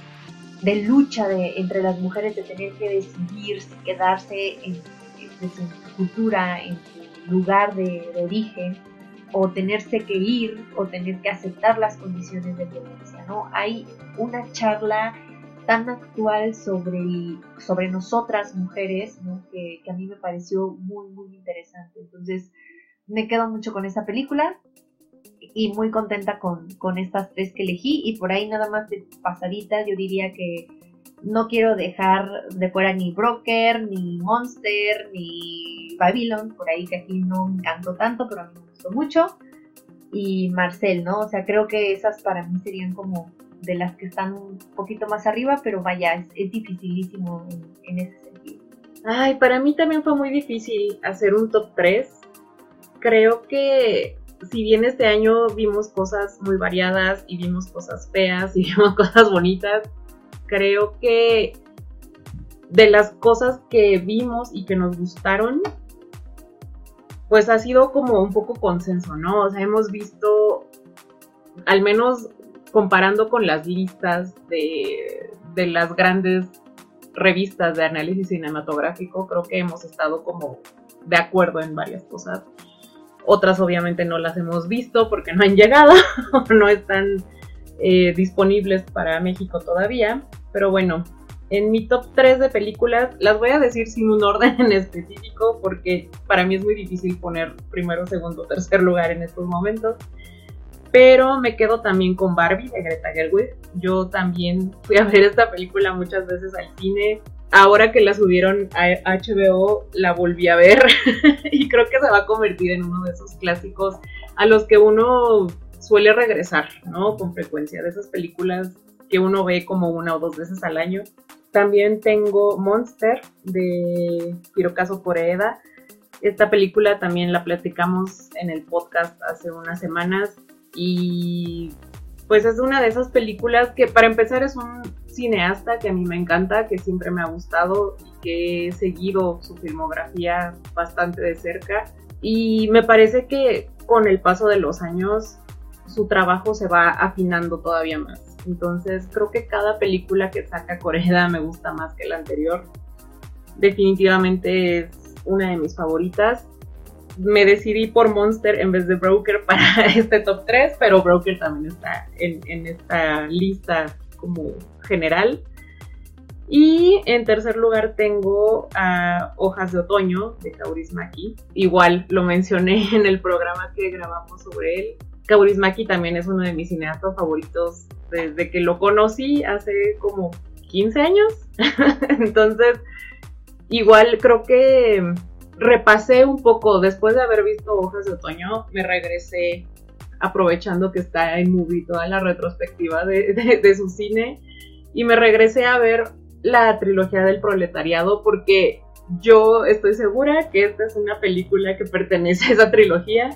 de lucha de, entre las mujeres, de tener que decidir si quedarse en, en, en su cultura, en su lugar de, de origen, o tenerse que ir, o tener que aceptar las condiciones de violencia, ¿no? Hay una charla tan actual sobre, el, sobre nosotras mujeres, ¿no? que, que a mí me pareció muy, muy interesante. Entonces me quedo mucho con esa película y muy contenta con, con estas tres que elegí. Y por ahí nada más de pasadita yo diría que no quiero dejar de fuera ni Broker, ni Monster, ni Babylon, por ahí que aquí no me encantó tanto, pero a mí me gustó mucho. Y Marcel, ¿no? O sea, creo que esas para mí serían como de las que están un poquito más arriba, pero vaya, es, es dificilísimo en, en ese sentido. Ay, para mí también fue muy difícil hacer un top tres. Creo que si bien este año vimos cosas muy variadas y vimos cosas feas y vimos cosas bonitas, creo que de las cosas que vimos y que nos gustaron, pues ha sido como un poco consenso, ¿no? O sea, hemos visto, al menos comparando con las listas de, de las grandes revistas de análisis cinematográfico, creo que hemos estado como de acuerdo en varias cosas. Otras obviamente no las hemos visto porque no han llegado, no están eh, disponibles para México todavía. Pero bueno, en mi top tres de películas las voy a decir sin un orden en específico porque para mí es muy difícil poner primero, segundo, tercer lugar en estos momentos. Pero me quedo también con Barbie de Greta Gerwig. Yo también fui a ver esta película muchas veces al cine. Ahora que la subieron a H B O, la volví a ver y creo que se va a convertir en uno de esos clásicos a los que uno suele regresar, ¿no? Con frecuencia, de esas películas que uno ve como una o dos veces al año. También tengo Monster de Hirokazu Koreeda. Esta película también la platicamos en el podcast hace unas semanas y pues es una de esas películas que para empezar es un cineasta que a mí me encanta, que siempre me ha gustado y que he seguido su filmografía bastante de cerca y me parece que con el paso de los años su trabajo se va afinando todavía más. Entonces creo que cada película que saca Koreeda me gusta más que la anterior. Definitivamente es una de mis favoritas. Me decidí por Monster en vez de Broker para este top tres, pero Broker también está en, en esta lista como general. Y en tercer lugar tengo a Hojas de Otoño de Kaurismäki. Igual lo mencioné en el programa que grabamos sobre él. Kaurismäki también es uno de mis cineastas favoritos desde que lo conocí hace como quince años. Entonces, igual creo que repasé un poco, después de haber visto Hojas de Otoño, me regresé aprovechando que está en Movie toda la retrospectiva de, de, de su cine y me regresé a ver la trilogía del proletariado porque yo estoy segura que esta es una película que pertenece a esa trilogía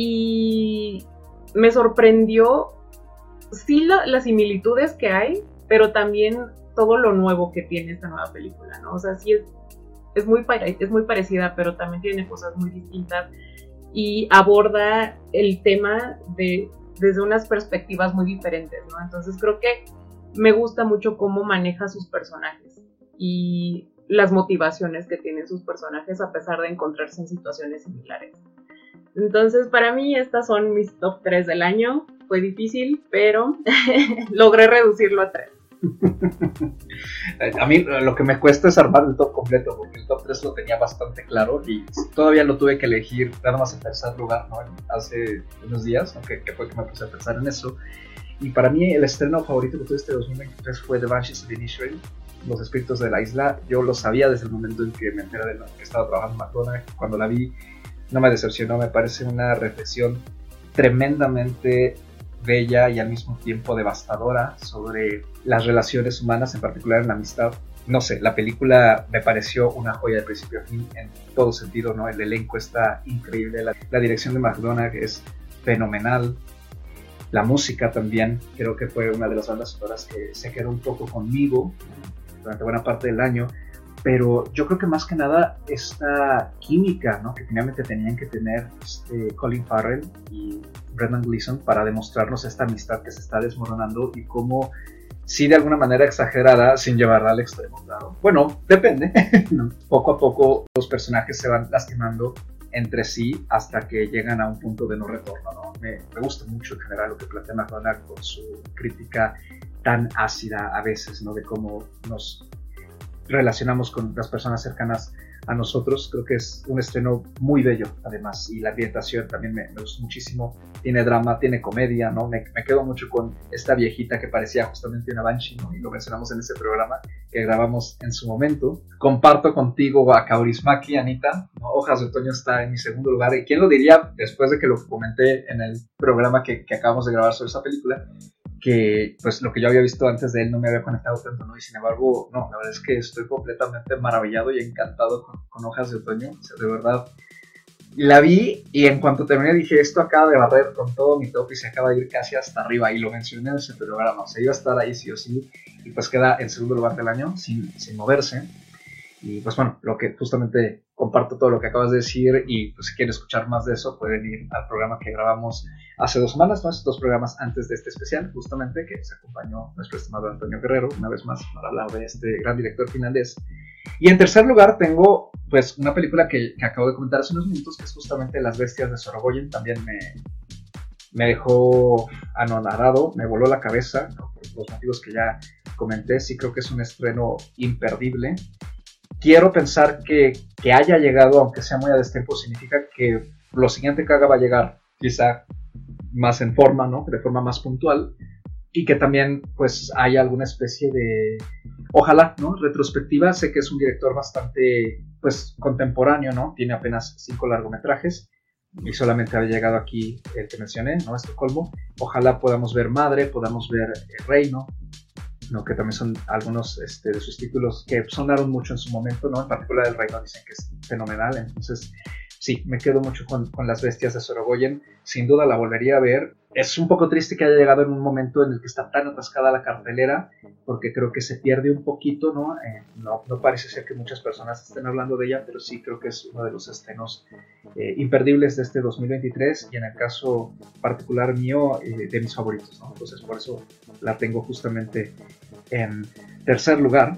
y me sorprendió sí la, las similitudes que hay, pero también todo lo nuevo que tiene esta nueva película, ¿no? O sea, sí es, es, muy, es muy parecida, pero también tiene cosas muy distintas y aborda el tema de, desde unas perspectivas muy diferentes, ¿no? Entonces creo que me gusta mucho cómo maneja sus personajes y las motivaciones que tienen sus personajes a pesar de encontrarse en situaciones similares. Entonces, para mí, estas son mis top tres del año. Fue difícil, pero logré reducirlo a tres. A mí lo que me cuesta es armar el top completo, porque el top tres lo tenía bastante claro y todavía lo tuve que elegir nada más en tercer lugar, ¿no? Hace unos días, aunque que fue que me puse a pensar en eso. Y para mí el estreno favorito que tuve este dos mil veintitrés fue The Banshees of Inisherin, Los Espíritus de la Isla. Yo lo sabía desde el momento en que me enteré de lo que estaba trabajando en McDonald's. Cuando la vi no me decepcionó, me parece una reflexión tremendamente bella y al mismo tiempo devastadora sobre las relaciones humanas, en particular en la amistad. No sé, la película me pareció una joya de principio a fin en todo sentido, ¿no? El elenco está increíble, la, la dirección de McDonagh es fenomenal, la música también, creo que fue una de las bandas sonoras que se quedó un poco conmigo durante buena parte del año, pero yo creo que más que nada esta química, ¿no? Que finalmente tenían que tener este Colin Farrell y Brendan Gleeson para demostrarnos esta amistad que se está desmoronando y cómo, sí, de alguna manera exagerada, sin llevarla al extremo, claro. Bueno, depende. Poco a poco los personajes se van lastimando entre sí hasta que llegan a un punto de no retorno, ¿no? Me, me gusta mucho en general lo que plantea McDonagh con su crítica tan ácida a veces, ¿no? De cómo nos relacionamos con las personas cercanas a nosotros. Creo que es un estreno muy bello, además, y la ambientación también me, me gustó muchísimo. Tiene drama, tiene comedia, ¿no? Me, me quedo mucho con esta viejita que parecía justamente una Banshee, ¿no? Y lo mencionamos en ese programa que grabamos en su momento. Comparto contigo a Kaurismäki, Anita, ¿no? Hojas de Otoño está en mi segundo lugar, y quién lo diría después de que lo comenté en el programa que, que acabamos de grabar sobre esa película, que pues lo que yo había visto antes de él no me había conectado tanto, ¿no? Y sin embargo, no, la verdad es que estoy completamente maravillado y encantado con, con Hojas de Otoño. O sea, de verdad, la vi y en cuanto terminé dije, esto acaba de barrer con todo mi top y se acaba de ir casi hasta arriba, y lo mencioné en ese programa, o sea, iba a estar ahí sí o sí, y pues queda en segundo lugar del año sin, sin moverse. Y pues bueno, lo que justamente comparto todo lo que acabas de decir, y pues si quieren escuchar más de eso pueden ir al programa que grabamos hace dos semanas, ¿no? Dos programas antes de este especial, justamente, que se acompañó nuestro estimado Antonio Guerrero, una vez más, para hablar de este gran director finlandés. Y en tercer lugar tengo pues una película que, que acabo de comentar hace unos minutos, que es justamente Las Bestias de Sorogoyen. También me, me dejó anonadado, me voló la cabeza, ¿no? Por los motivos que ya comenté. Sí creo que es un estreno imperdible. Quiero pensar que, que haya llegado, aunque sea muy a destiempo, significa que lo siguiente que haga va a llegar quizá más en forma, ¿no? De forma más puntual, y que también pues haya alguna especie de, ojalá, ¿no? Retrospectiva. Sé que es un director bastante pues contemporáneo, ¿no? Tiene apenas cinco largometrajes y solamente había llegado aquí el que mencioné, ¿no? Estocolmo. Ojalá podamos ver Madre, podamos ver El Reino, ¿no? Que también son algunos este, de sus títulos que sonaron mucho en su momento, ¿no? En particular El Reino dicen que es fenomenal. Entonces sí, me quedo mucho con, con Las Bestias de Sorogoyen. Sin duda la volvería a ver. Es un poco triste que haya llegado en un momento en el que está tan atascada la cartelera, porque creo que se pierde un poquito, ¿no? Eh, no, no parece ser que muchas personas estén hablando de ella, pero sí creo que es uno de los estrenos eh, imperdibles de este dos mil veintitrés, y en el caso particular mío, eh, de mis favoritos, ¿no? Entonces por eso la tengo justamente en tercer lugar.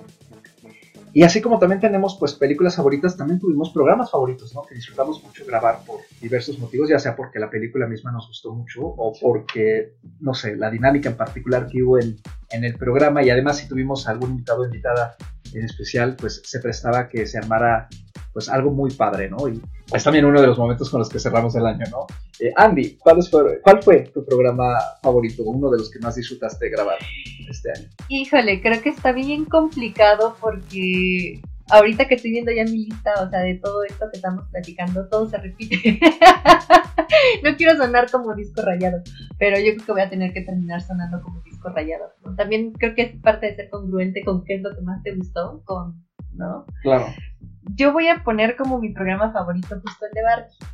Y así como también tenemos pues películas favoritas, también tuvimos programas favoritos, ¿no? Que disfrutamos mucho grabar por diversos motivos, ya sea porque la película misma nos gustó mucho o porque, no sé, la dinámica en particular que hubo en, en el programa, y además si tuvimos algún invitado o invitada en especial, pues se prestaba que se armara pues algo muy padre, ¿no? Y es también uno de los momentos con los que cerramos el año, ¿no? Eh, Andy, ¿cuál fue, ¿cuál fue tu programa favorito, uno de los que más disfrutaste grabar este año? Híjole, creo que está bien complicado porque ahorita que estoy viendo ya mi lista, o sea, de todo esto que estamos platicando, todo se repite. No quiero sonar como disco rayado, pero yo creo que voy a tener que terminar sonando como disco rayado, ¿no? También creo que es parte de ser congruente con qué es lo que más te gustó, con, ¿no? Claro. Yo voy a poner como mi programa favorito justo el de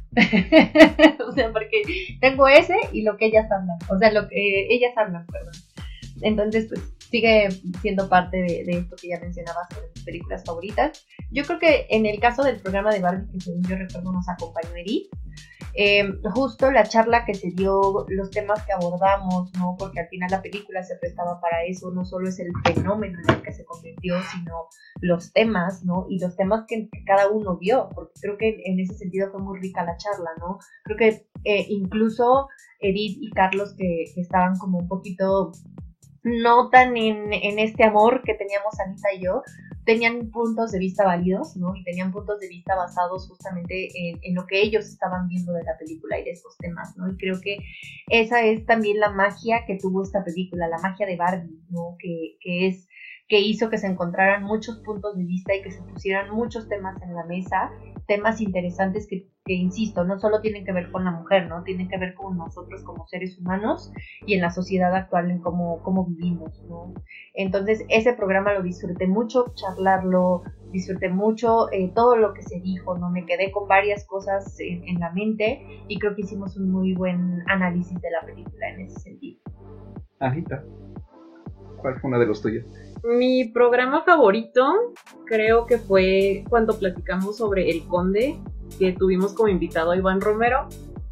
Barbie. O sea, porque tengo ese y lo que ellas hablan. O sea, lo que eh, ellas hablan, perdón. Entonces, pues, sigue siendo parte de, de esto que ya mencionaba sobre mis películas favoritas. Yo creo que en el caso del programa de Barbie, que según yo recuerdo nos acompañó Edith, eh, justo la charla que se dio, los temas que abordamos, ¿no? Porque al final la película se prestaba para eso, no solo es el fenómeno en el que se convirtió, sino los temas, ¿no? Y los temas que, que cada uno vio, porque creo que en ese sentido fue muy rica la charla, ¿no? Creo que eh, incluso Edith y Carlos, que, que estaban como un poquito no tan en, en este amor que teníamos Anita y yo, tenían puntos de vista válidos, ¿no? Y tenían puntos de vista basados justamente en, en lo que ellos estaban viendo de la película y de estos temas, ¿no? Y creo que esa es también la magia que tuvo esta película, la magia de Barbie, ¿no? Que, que es que hizo que se encontraran muchos puntos de vista y que se pusieran muchos temas en la mesa, temas interesantes que, que, insisto, no solo tienen que ver con la mujer, ¿no? Tienen que ver con nosotros como seres humanos y en la sociedad actual, en cómo, cómo vivimos, ¿no? Entonces, ese programa lo disfruté mucho, charlarlo, disfruté mucho eh, todo lo que se dijo, ¿no? Me quedé con varias cosas en, en la mente y creo que hicimos un muy buen análisis de la película en ese sentido. Anita, ¿cuál fue uno de los tuyos? Mi programa favorito creo que fue cuando platicamos sobre El Conde, que tuvimos como invitado a Iván Romero.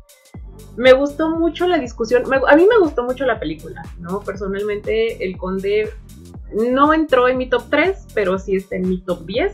Me gustó mucho la discusión, me, a mí me gustó mucho la película, ¿no? Personalmente El Conde no entró en mi top tres, pero sí está en mi top diez.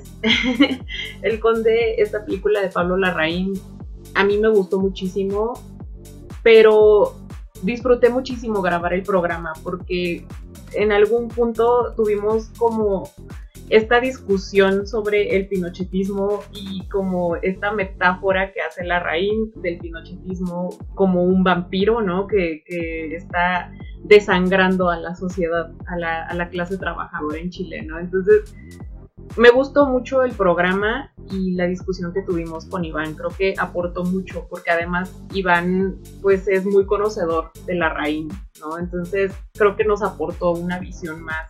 El Conde, esta película de Pablo Larraín, a mí me gustó muchísimo. pero disfruté muchísimo grabar el programa porque en algún punto tuvimos como esta discusión sobre el pinochetismo y como esta metáfora que hace Larraín del pinochetismo como un vampiro, ¿no? Que, que está desangrando a la sociedad, a la, a la clase trabajadora en Chile, ¿no? Entonces, me gustó mucho el programa y la discusión que tuvimos con Iván. Creo que aportó mucho porque además Iván pues es muy conocedor de Larraín, ¿no? Entonces creo que nos aportó una visión más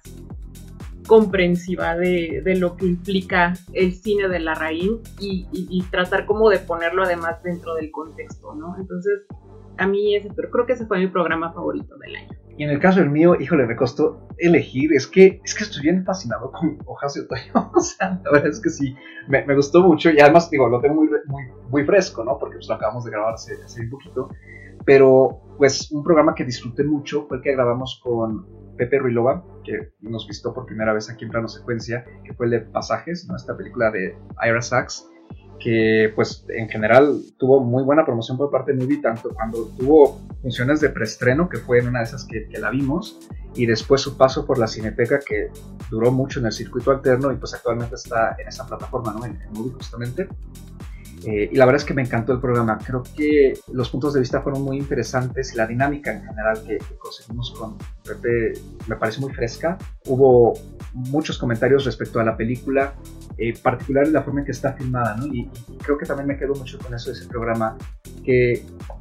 comprensiva de, de lo que implica el cine de Larraín y, y, y tratar como de ponerlo además dentro del contexto, ¿no? Entonces a mí ese, pero creo que ese fue mi programa favorito del año. Y en el caso del mío, híjole, me costó elegir, es que, es que estoy bien fascinado con Hojas de Otoño, o sea, la verdad es que sí, me, me gustó mucho, y además, digo, lo tengo muy, muy, muy fresco, ¿no? Porque pues lo acabamos de grabar hace, hace un poquito, pero pues un programa que disfruté mucho fue el que grabamos con Pepe Ruilova, que nos visitó por primera vez aquí en Plano Secuencia, que fue el de Pasajes, ¿no? Esta película de Ira Sachs, que pues en general tuvo muy buena promoción por parte de Movie, tanto cuando tuvo funciones de preestreno, que fue en una de esas que, que la vimos, y después su paso por la Cineteca, que duró mucho en el circuito alterno y pues actualmente está en esa plataforma, ¿no? En, en Movie justamente. Eh, y la verdad es que me encantó el programa. Creo que los puntos de vista fueron muy interesantes y la dinámica en general que, que conseguimos con Pepe me parece muy fresca. Hubo muchos comentarios respecto a la película, eh, particular en la forma en que está filmada, ¿no? Y, y creo que también me quedo mucho con eso de ese programa, que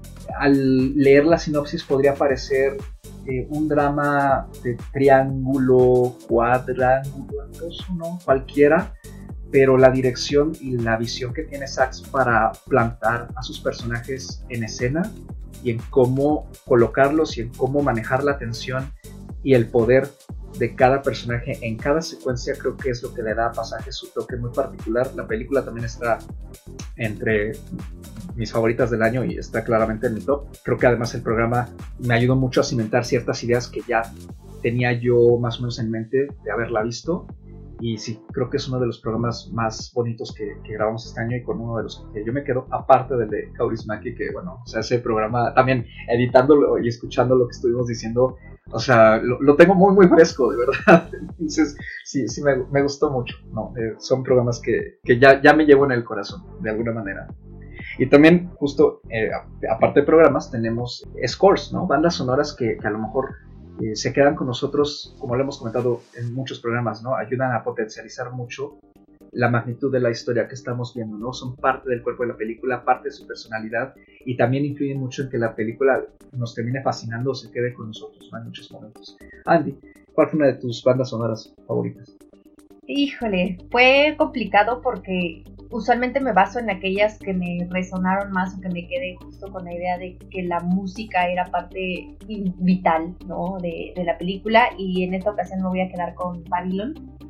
al leer la sinopsis podría parecer eh, un drama de triángulo, cuadrángulo, ¿no? Cualquiera, pero la dirección y la visión que tiene Sachs para plantar a sus personajes en escena y en cómo colocarlos y en cómo manejar la tensión y el poder de cada personaje en cada secuencia, creo que es lo que le da a Pasajes su toque muy particular. La película también está entre mis favoritas del año y está claramente en mi top. Creo que además el programa me ayudó mucho a cimentar ciertas ideas que ya tenía yo más o menos en mente de haberla visto. Y sí, creo que es uno de los programas más bonitos que, que grabamos este año y con uno de los que yo me quedo, aparte del de Kaurismäki, que bueno, o sea, ese programa también editándolo y escuchando lo que estuvimos diciendo, o sea, lo, lo tengo muy muy fresco, de verdad. Entonces, sí, sí me, me gustó mucho, ¿no? Eh, son programas que, que ya, ya me llevo en el corazón, de alguna manera. Y también, justo, eh, aparte de programas, tenemos scores, ¿no? Bandas sonoras que, que a lo mejor Eh, se quedan con nosotros, como lo hemos comentado en muchos programas, ¿no? Ayudan a potencializar mucho la magnitud de la historia que estamos viendo, ¿no? Son parte del cuerpo de la película, parte de su personalidad y también influyen mucho en que la película nos termine fascinando o se quede con nosotros, ¿no? En muchos momentos. Andy, ¿cuál fue una de tus bandas sonoras favoritas? Híjole, fue complicado porque usualmente me baso en aquellas que me resonaron más o que me quedé justo con la idea de que la música era parte vital, ¿no? de, de la película, y en esta ocasión me voy a quedar con Babylon.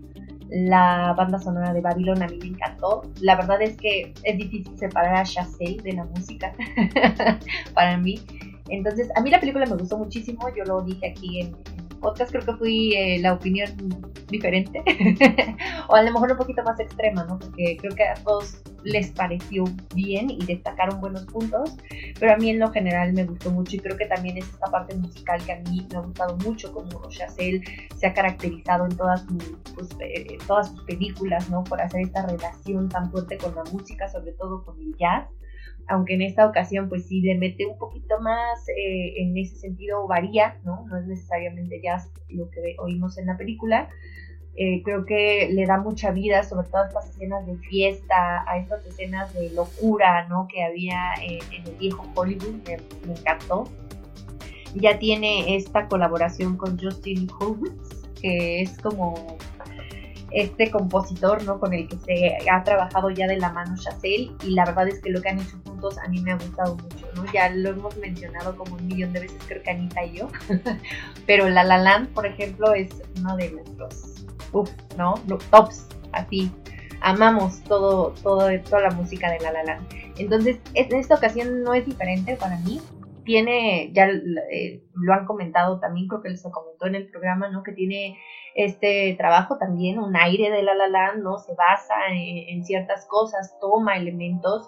La banda sonora de Babylon a mí me encantó. La verdad es que es difícil separar a Chazelle de la música para mí. Entonces, a mí la película me gustó muchísimo, yo lo dije aquí en podcast, creo que fui eh, la opinión diferente o a lo mejor un poquito más extrema, ¿no? Porque creo que a todos les pareció bien y destacaron buenos puntos, pero a mí en lo general me gustó mucho y creo que también es esta parte musical que a mí me ha gustado mucho, como Chazelle se ha caracterizado en todas, pues, eh, todas sus películas, ¿no? Por hacer esta relación tan fuerte con la música, sobre todo con el jazz. Aunque en esta ocasión pues sí le mete un poquito más, eh, en ese sentido varía, ¿no? No es necesariamente jazz lo que oímos en la película. Eh, creo que le da mucha vida, sobre todo a estas escenas de fiesta, a estas escenas de locura, ¿no? Que había en, en el viejo Hollywood, me, me encantó. Ya tiene esta colaboración con Justin Hurwitz, que es como este compositor, ¿no? Con el que se ha trabajado ya de la mano Chazelle, y la verdad es que lo que han hecho juntos a mí me ha gustado mucho, ¿no? Ya lo hemos mencionado como un millón de veces, creo que Anita y yo, pero La La Land, por ejemplo, es uno de nuestros, uff, ¿no? Los tops, así, amamos todo, todo, toda la música de La La Land. Entonces, en esta ocasión no es diferente para mí. Tiene, ya eh, lo han comentado también, creo que les comentó en el programa, ¿no? Que tiene este trabajo también, un aire de La La Land, ¿no? Se basa en, en ciertas cosas, toma elementos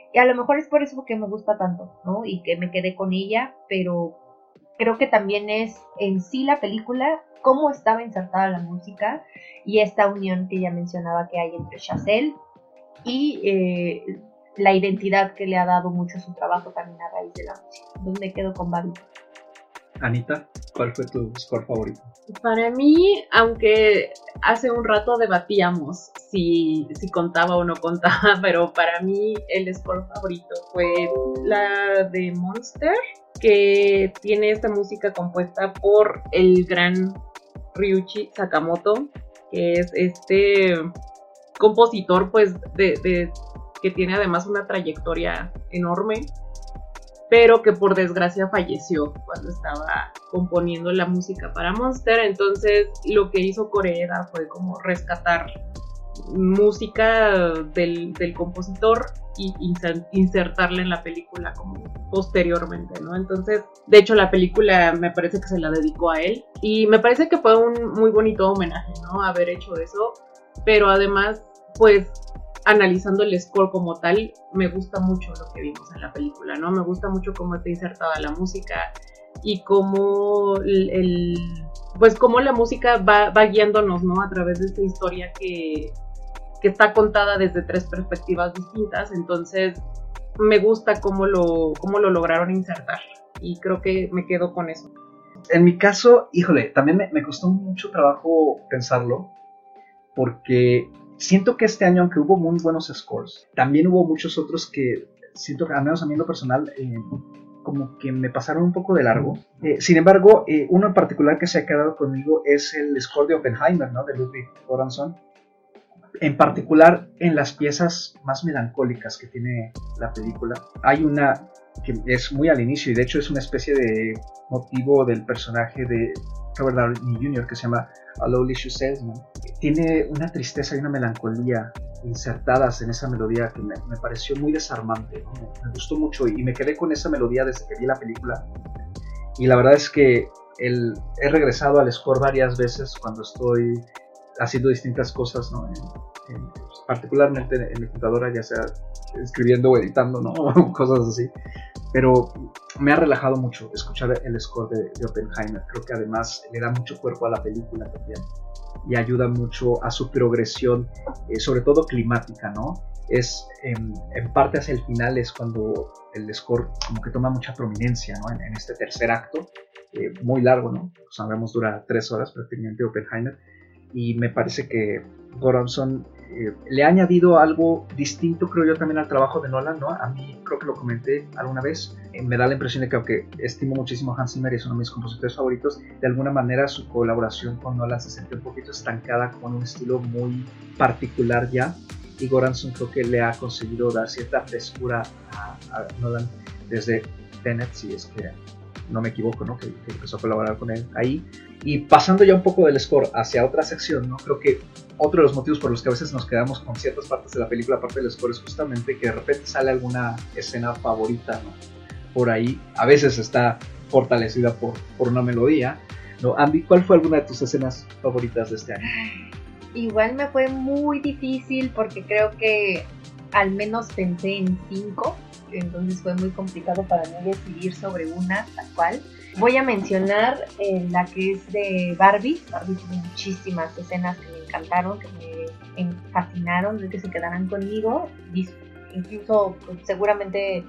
Y a lo mejor es por eso que me gusta tanto, ¿no? Y que me quedé con ella, pero creo que también es en sí la película, cómo estaba insertada la música y esta unión que ya mencionaba que hay entre Chazelle y eh, la identidad que le ha dado mucho su trabajo también a raíz de la música. Entonces me quedo con Barbie. Anita, ¿cuál fue tu score favorito? Para mí, aunque hace un rato debatíamos si, si contaba o no contaba, pero para mí el score favorito fue la de Monster, que tiene esta música compuesta por el gran Ryuichi Sakamoto, que es este compositor pues de, de que tiene además una trayectoria enorme, pero que por desgracia falleció cuando estaba componiendo la música para Monster. Entonces lo que hizo Koreeda fue como rescatar música del, del compositor y insertarla en la película como posteriormente, ¿no? Entonces, de hecho la película me parece que se la dedicó a él y me parece que fue un muy bonito homenaje, ¿no? Haber hecho eso, pero además, pues analizando el score como tal, me gusta mucho lo que vimos en la película, ¿no? Me gusta mucho cómo está insertada la música y cómo el, el pues cómo la música va, va guiándonos, ¿no? A través de esta historia que, que está contada desde tres perspectivas distintas. Entonces me gusta cómo lo, cómo lo lograron insertar y creo que me quedo con eso. En mi caso, híjole, también me, me costó mucho trabajo pensarlo, porque siento que este año, aunque hubo muy buenos scores, también hubo muchos otros que siento que, al menos a mí en lo personal, eh, como que me pasaron un poco de largo. Eh, sin embargo, eh, uno en particular que se ha quedado conmigo es el score de Oppenheimer, ¿no? De Ludwig Göransson. En particular, en las piezas más melancólicas que tiene la película, hay una que es muy al inicio, y de hecho es una especie de motivo del personaje de Robert Downey junior que se llama A Lowly Salesman. Tiene una tristeza y una melancolía insertadas en esa melodía que me, me pareció muy desarmante, ¿no? me, me gustó mucho y me quedé con esa melodía desde que vi la película. Y la verdad es que el, he regresado al score varias veces cuando estoy haciendo distintas cosas, ¿no? En, en, particularmente en mi computadora, ya sea escribiendo o editando, ¿no? Cosas así. Pero me ha relajado mucho escuchar el score de, de Oppenheimer. Creo que además le da mucho cuerpo a la película también y ayuda mucho a su progresión, eh, sobre todo climática, ¿no? Es en, en parte hacia el final es cuando el score como que toma mucha prominencia, ¿no? En, en este tercer acto, eh, muy largo, ¿no? Sabemos dura tres horas prácticamente Oppenheimer, y me parece que Göransson eh, le ha añadido algo distinto, creo yo, también al trabajo de Nolan, ¿no? A mí creo que lo comenté alguna vez, eh, me da la impresión de que aunque estimo muchísimo a Hans Zimmer y es uno de mis compositores favoritos, de alguna manera su colaboración con Nolan se siente un poquito estancada, con un estilo muy particular ya, y Göransson creo que le ha conseguido dar cierta frescura a, a Nolan desde Tenet, si es que no me equivoco, ¿no? Que, que empezó a colaborar con él ahí. Y pasando ya un poco del score hacia otra sección, ¿no? Creo que otro de los motivos por los que a veces nos quedamos con ciertas partes de la película, aparte del score, es justamente que de repente sale alguna escena favorita, ¿no? Por ahí, a veces está fortalecida por, por una melodía, ¿no? Andy, ¿cuál fue alguna de tus escenas favoritas de este año? Igual me fue muy difícil porque creo que al menos pensé en cinco, entonces fue muy complicado para mí decidir sobre una tal cual. Voy a mencionar eh, la que es de Barbie. Barbie tiene muchísimas escenas que me encantaron, que me fascinaron, de que se quedaran conmigo. Incluso pues, seguramente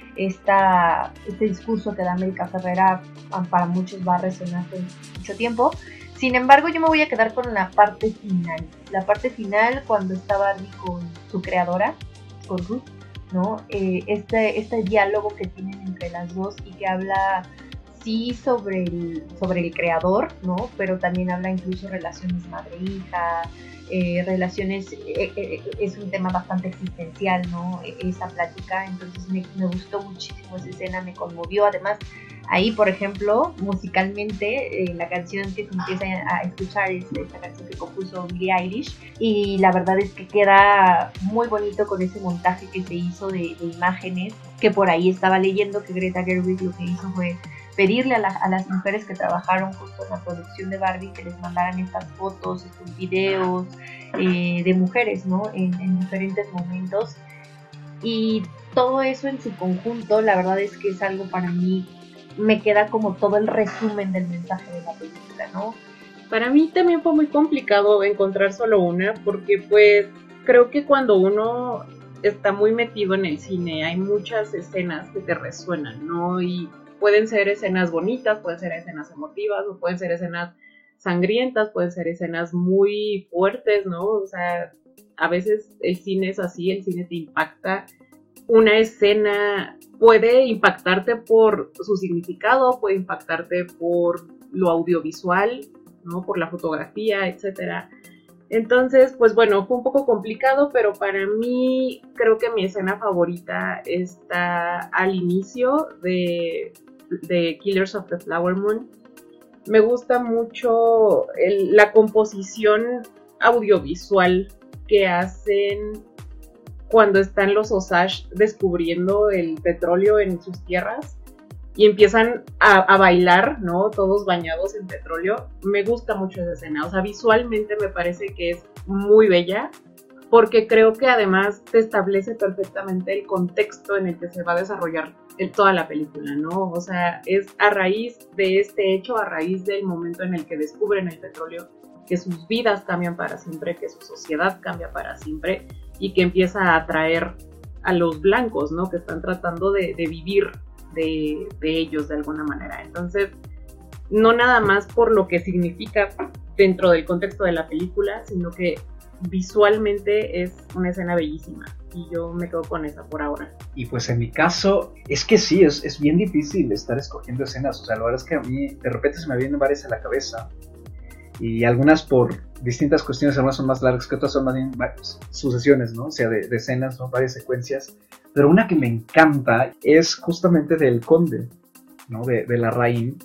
esta, este discurso que da América Ferrera para muchos va a resonar por mucho tiempo. Sin embargo, yo me voy a quedar con la parte final. La parte final cuando está Barbie con su creadora, con Ruth, ¿no? Eh, este, este diálogo que tienen entre las dos y que habla sí sobre el, sobre el creador, ¿no? Pero también habla incluso relaciones madre-hija, eh, relaciones, eh, eh, es un tema bastante existencial, ¿no? Esa plática, entonces me, me gustó muchísimo esa escena, me conmovió. Además, ahí, por ejemplo, musicalmente, eh, la canción que se empieza a escuchar es esta canción que compuso Billie Eilish, y la verdad es que queda muy bonito con ese montaje que se hizo de, de imágenes, que por ahí estaba leyendo que Greta Gerwig lo que hizo fue pedirle a, la, a las mujeres que trabajaron justo en la producción de Barbie que les mandaran estas fotos, estos videos eh, de mujeres, ¿no? En, en diferentes momentos. y todo eso en su conjunto, la verdad es que es algo para mí, me queda como todo el resumen del mensaje de la película, ¿no? Para mí también fue muy complicado encontrar solo una, porque pues creo que cuando uno está muy metido en el cine hay muchas escenas que te resuenan, ¿no? Y pueden ser escenas bonitas, pueden ser escenas emotivas, o pueden ser escenas sangrientas, pueden ser escenas muy fuertes, ¿no? O sea, a veces el cine es así, el cine te impacta. Una escena puede impactarte por su significado, puede impactarte por lo audiovisual, ¿no? Por la fotografía, etcétera. Entonces, pues bueno, fue un poco complicado, pero para mí creo que mi escena favorita está al inicio de, de Killers of the Flower Moon. Me gusta mucho el, la composición audiovisual que hacen cuando están los Osage descubriendo el petróleo en sus tierras y empiezan a, a bailar, ¿no? Todos bañados en petróleo. Me gusta mucho esa escena, o sea, visualmente me parece que es muy bella, porque creo que además te establece perfectamente el contexto en el que se va a desarrollar el, toda la película, ¿no? O sea, es a raíz de este hecho, a raíz del momento en el que descubren el petróleo, que sus vidas cambian para siempre, que su sociedad cambia para siempre y que empieza a atraer a los blancos, ¿no? Que están tratando de, de vivir de, de ellos de alguna manera. Entonces, no nada más por lo que significa dentro del contexto de la película, sino que visualmente es una escena bellísima y yo me quedo con esa por ahora. Y pues en mi caso, es que sí, es, es bien difícil estar escogiendo escenas, o sea, la verdad es que a mí de repente se me vienen varias a la cabeza y algunas por distintas cuestiones, algunas son más largas que otras, son más bien sucesiones, ¿no? O sea, de, de escenas, ¿no? Varias secuencias, pero una que me encanta es justamente del Conde, ¿no? De, de Larraín,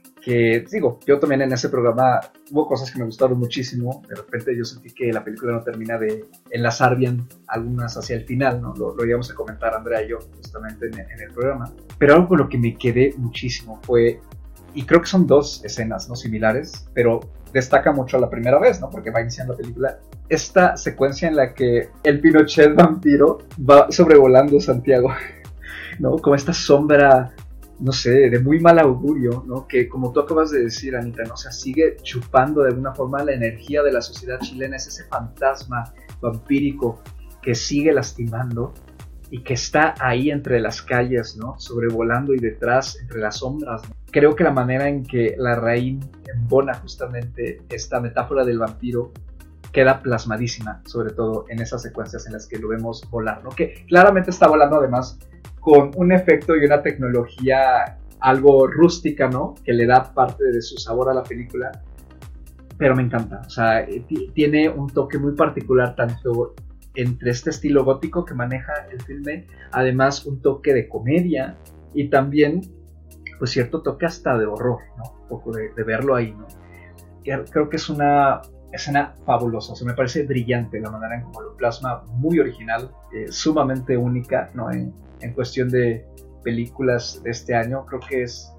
que digo, yo también en ese programa hubo cosas que me gustaron muchísimo, de repente yo sentí que la película no termina de enlazar bien algunas hacia el final, ¿no? Lo, lo íbamos a comentar Andrea y yo justamente en, en el programa, pero algo con lo que me quedé muchísimo fue, y creo que son dos escenas, ¿no? Similares, pero destaca mucho la primera vez, ¿no? Porque va iniciando la película, esta secuencia en la que el Pinochet vampiro va sobrevolando Santiago, ¿no? Como esta sombra, no sé, de muy mal augurio, ¿no? Que como tú acabas de decir, Anita, ¿no? O sea, sigue chupando de alguna forma la energía de la sociedad chilena, es ese fantasma vampírico que sigue lastimando y que está ahí entre las calles, ¿no? Sobrevolando y detrás, entre las sombras, ¿no? Creo que la manera en que Larraín embona justamente esta metáfora del vampiro queda plasmadísima, sobre todo en esas secuencias en las que lo vemos volar, ¿no? Que claramente está volando además con un efecto y una tecnología algo rústica, ¿no? Que le da parte de su sabor a la película, pero me encanta, o sea, t- tiene un toque muy particular tanto entre este estilo gótico que maneja el filme, además un toque de comedia y también pues cierto toque hasta de horror, ¿no? Un poco de, de verlo ahí, ¿no? Creo que es una escena fabulosa, o sea, me parece brillante la manera en cómo lo plasma, muy original, eh, sumamente única, ¿no? En, en cuestión de películas de este año, creo que es,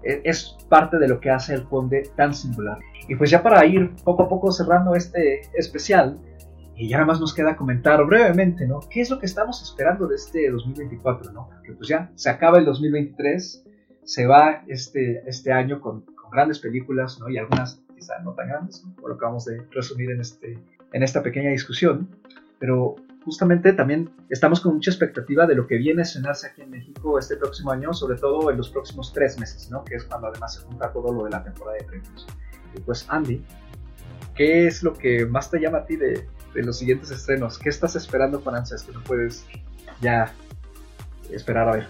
es parte de lo que hace el Conde tan singular. Y pues ya para ir poco a poco cerrando este especial, y ya nada más nos queda comentar brevemente, ¿no? ¿Qué es lo que estamos esperando de este dos mil veinticuatro, ¿no? Porque pues ya se acaba el dos mil veintitrés, se va este, este año con, con grandes películas, ¿no? Y algunas quizá no tan grandes, ¿no? Por lo que vamos a resumir en, este, en esta pequeña discusión. Pero justamente también estamos con mucha expectativa de lo que viene a estrenarse aquí en México este próximo año, sobre todo en los próximos tres meses, ¿no? Que es cuando además se junta todo lo de la temporada de premios. Y pues Andy, ¿qué es lo que más te llama a ti de, de los siguientes estrenos? ¿Qué estás esperando con ansias que no puedes ya esperar a ver?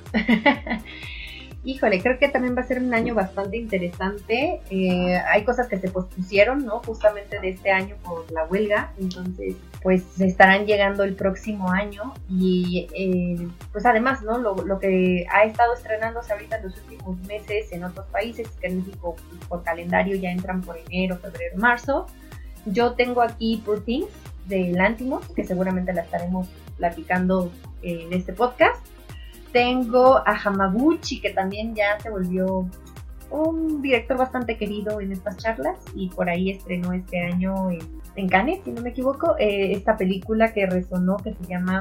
Híjole, creo que también va a ser un año bastante interesante. Eh, hay cosas que se pospusieron, ¿no? Justamente de este año por la huelga. Entonces, pues se estarán llegando el próximo año. Y eh, pues además, ¿no? Lo, lo que ha estado estrenándose ahorita en los últimos meses en otros países, que en México pues, por calendario ya entran por enero, febrero, marzo. Yo tengo aquí Poor Things de Lanthimos, que seguramente la estaremos platicando en este podcast. Tengo a Hamaguchi, que también ya se volvió un director bastante querido en estas charlas y por ahí estrenó este año en, en Cannes, si no me equivoco, eh, esta película que resonó que se llama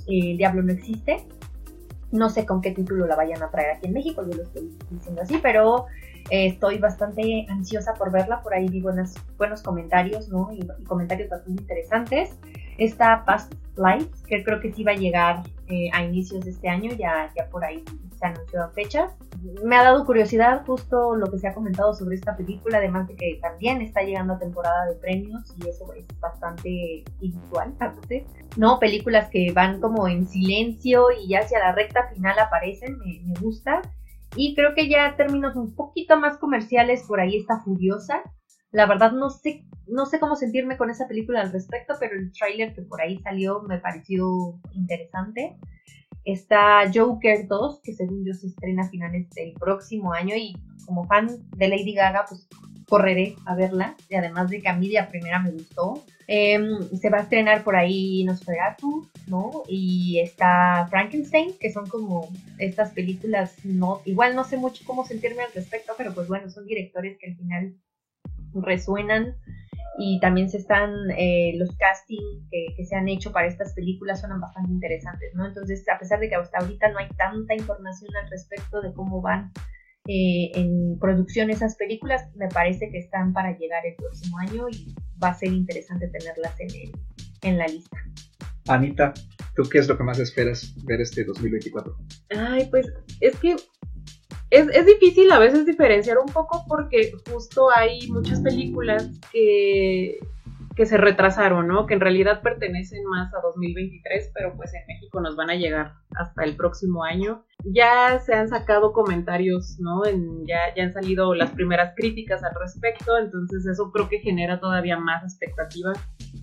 eh, El Diablo No Existe. No sé con qué título la vayan a traer aquí en México, yo lo estoy diciendo así, pero eh, estoy bastante ansiosa por verla. Por ahí vi buenas, buenos comentarios, ¿no? Y, y comentarios bastante interesantes. Está Past Lives, que creo que sí va a llegar eh, a inicios de este año, ya, ya por ahí se anunció fechas. Me ha dado curiosidad justo lo que se ha comentado sobre esta película, además de que también está llegando a temporada de premios y eso es bastante inusual, ¿sabes? No, películas que van como en silencio y ya hacia la recta final aparecen, me, me gusta. Y creo que ya términos un poquito más comerciales, por ahí está Furiosa. La verdad no sé, no sé cómo sentirme con esa película al respecto, pero el tráiler que por ahí salió me pareció interesante. Está Joker dos, que según yo se estrena a finales del próximo año, y como fan de Lady Gaga, pues correré a verla, y además de que a mí de la primera me gustó. Eh, se va a estrenar por ahí Nosferatu, ¿no? Y está Frankenstein, que son como estas películas, no, igual no sé mucho cómo sentirme al respecto, pero pues bueno, son directores que al final resuenan. Y también se están, eh, los castings que, que se han hecho para estas películas son bastante interesantes, ¿no? Entonces, a pesar de que hasta ahorita no hay tanta información al respecto de cómo van eh, en producción esas películas, me parece que están para llegar el próximo año y va a ser interesante tenerlas en, el, en la lista. Anita, ¿tú qué es lo que más esperas ver este dos mil veinticuatro? Ay, pues es que Es, es difícil a veces diferenciar un poco porque justo hay muchas películas que, que se retrasaron, ¿no? Que en realidad pertenecen más a dos mil veintitrés, pero pues en México nos van a llegar hasta el próximo año. Ya se han sacado comentarios, ¿no? En, ya, ya han salido las primeras críticas al respecto, entonces eso creo que genera todavía más expectativa.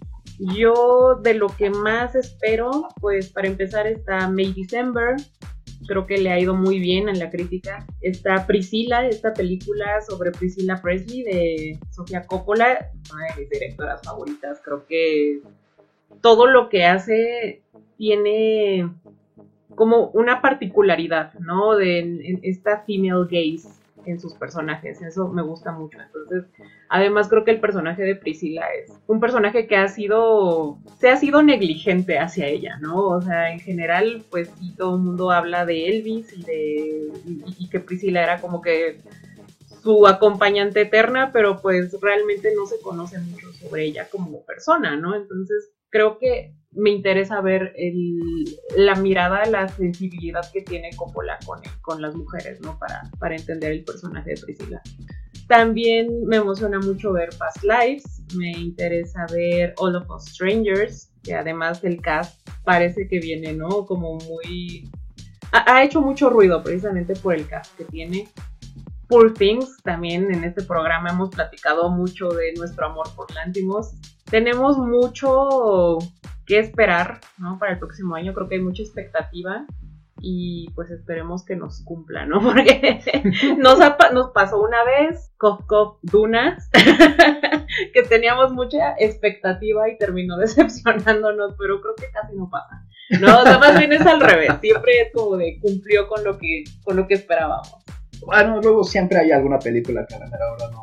Yo de lo que más espero, pues para empezar está May December. Creo que le ha ido muy bien en la crítica. Está Priscilla, esta película sobre Priscilla Presley de Sofía Coppola, una de mis directoras favoritas. Creo que todo lo que hace tiene como una particularidad, ¿no? De en, en esta female gaze en sus personajes, eso me gusta mucho. Entonces, además creo que el personaje de Priscilla es un personaje que ha sido, se ha sido negligente hacia ella, ¿no? O sea, en general, pues sí, todo el mundo habla de Elvis y de y, y que Priscilla era como que su acompañante eterna, pero pues realmente no se conoce mucho sobre ella como persona, ¿no? Entonces, creo que me interesa ver el, la mirada, la sensibilidad que tiene Coppola con, con las mujeres, ¿no? Para, para entender el personaje de Priscilla. También me emociona mucho ver Past Lives, me interesa ver All of Us Strangers, que además el cast parece que viene, ¿no? Como muy... Ha, ha hecho mucho ruido precisamente por el cast que tiene. Poor Things, también en este programa hemos platicado mucho de nuestro amor por Lanthimos. Tenemos mucho que esperar, ¿no? Para el próximo año, creo que hay mucha expectativa y pues esperemos que nos cumpla, ¿no? Porque nos, ha, nos pasó una vez Cough Cough Duna, que teníamos mucha expectativa y terminó decepcionándonos, pero creo que casi no pasa, ¿no? O sea, más bien es al revés, siempre es como de cumplió con lo que, con lo que esperábamos. Bueno, luego siempre hay alguna película que a la mera hora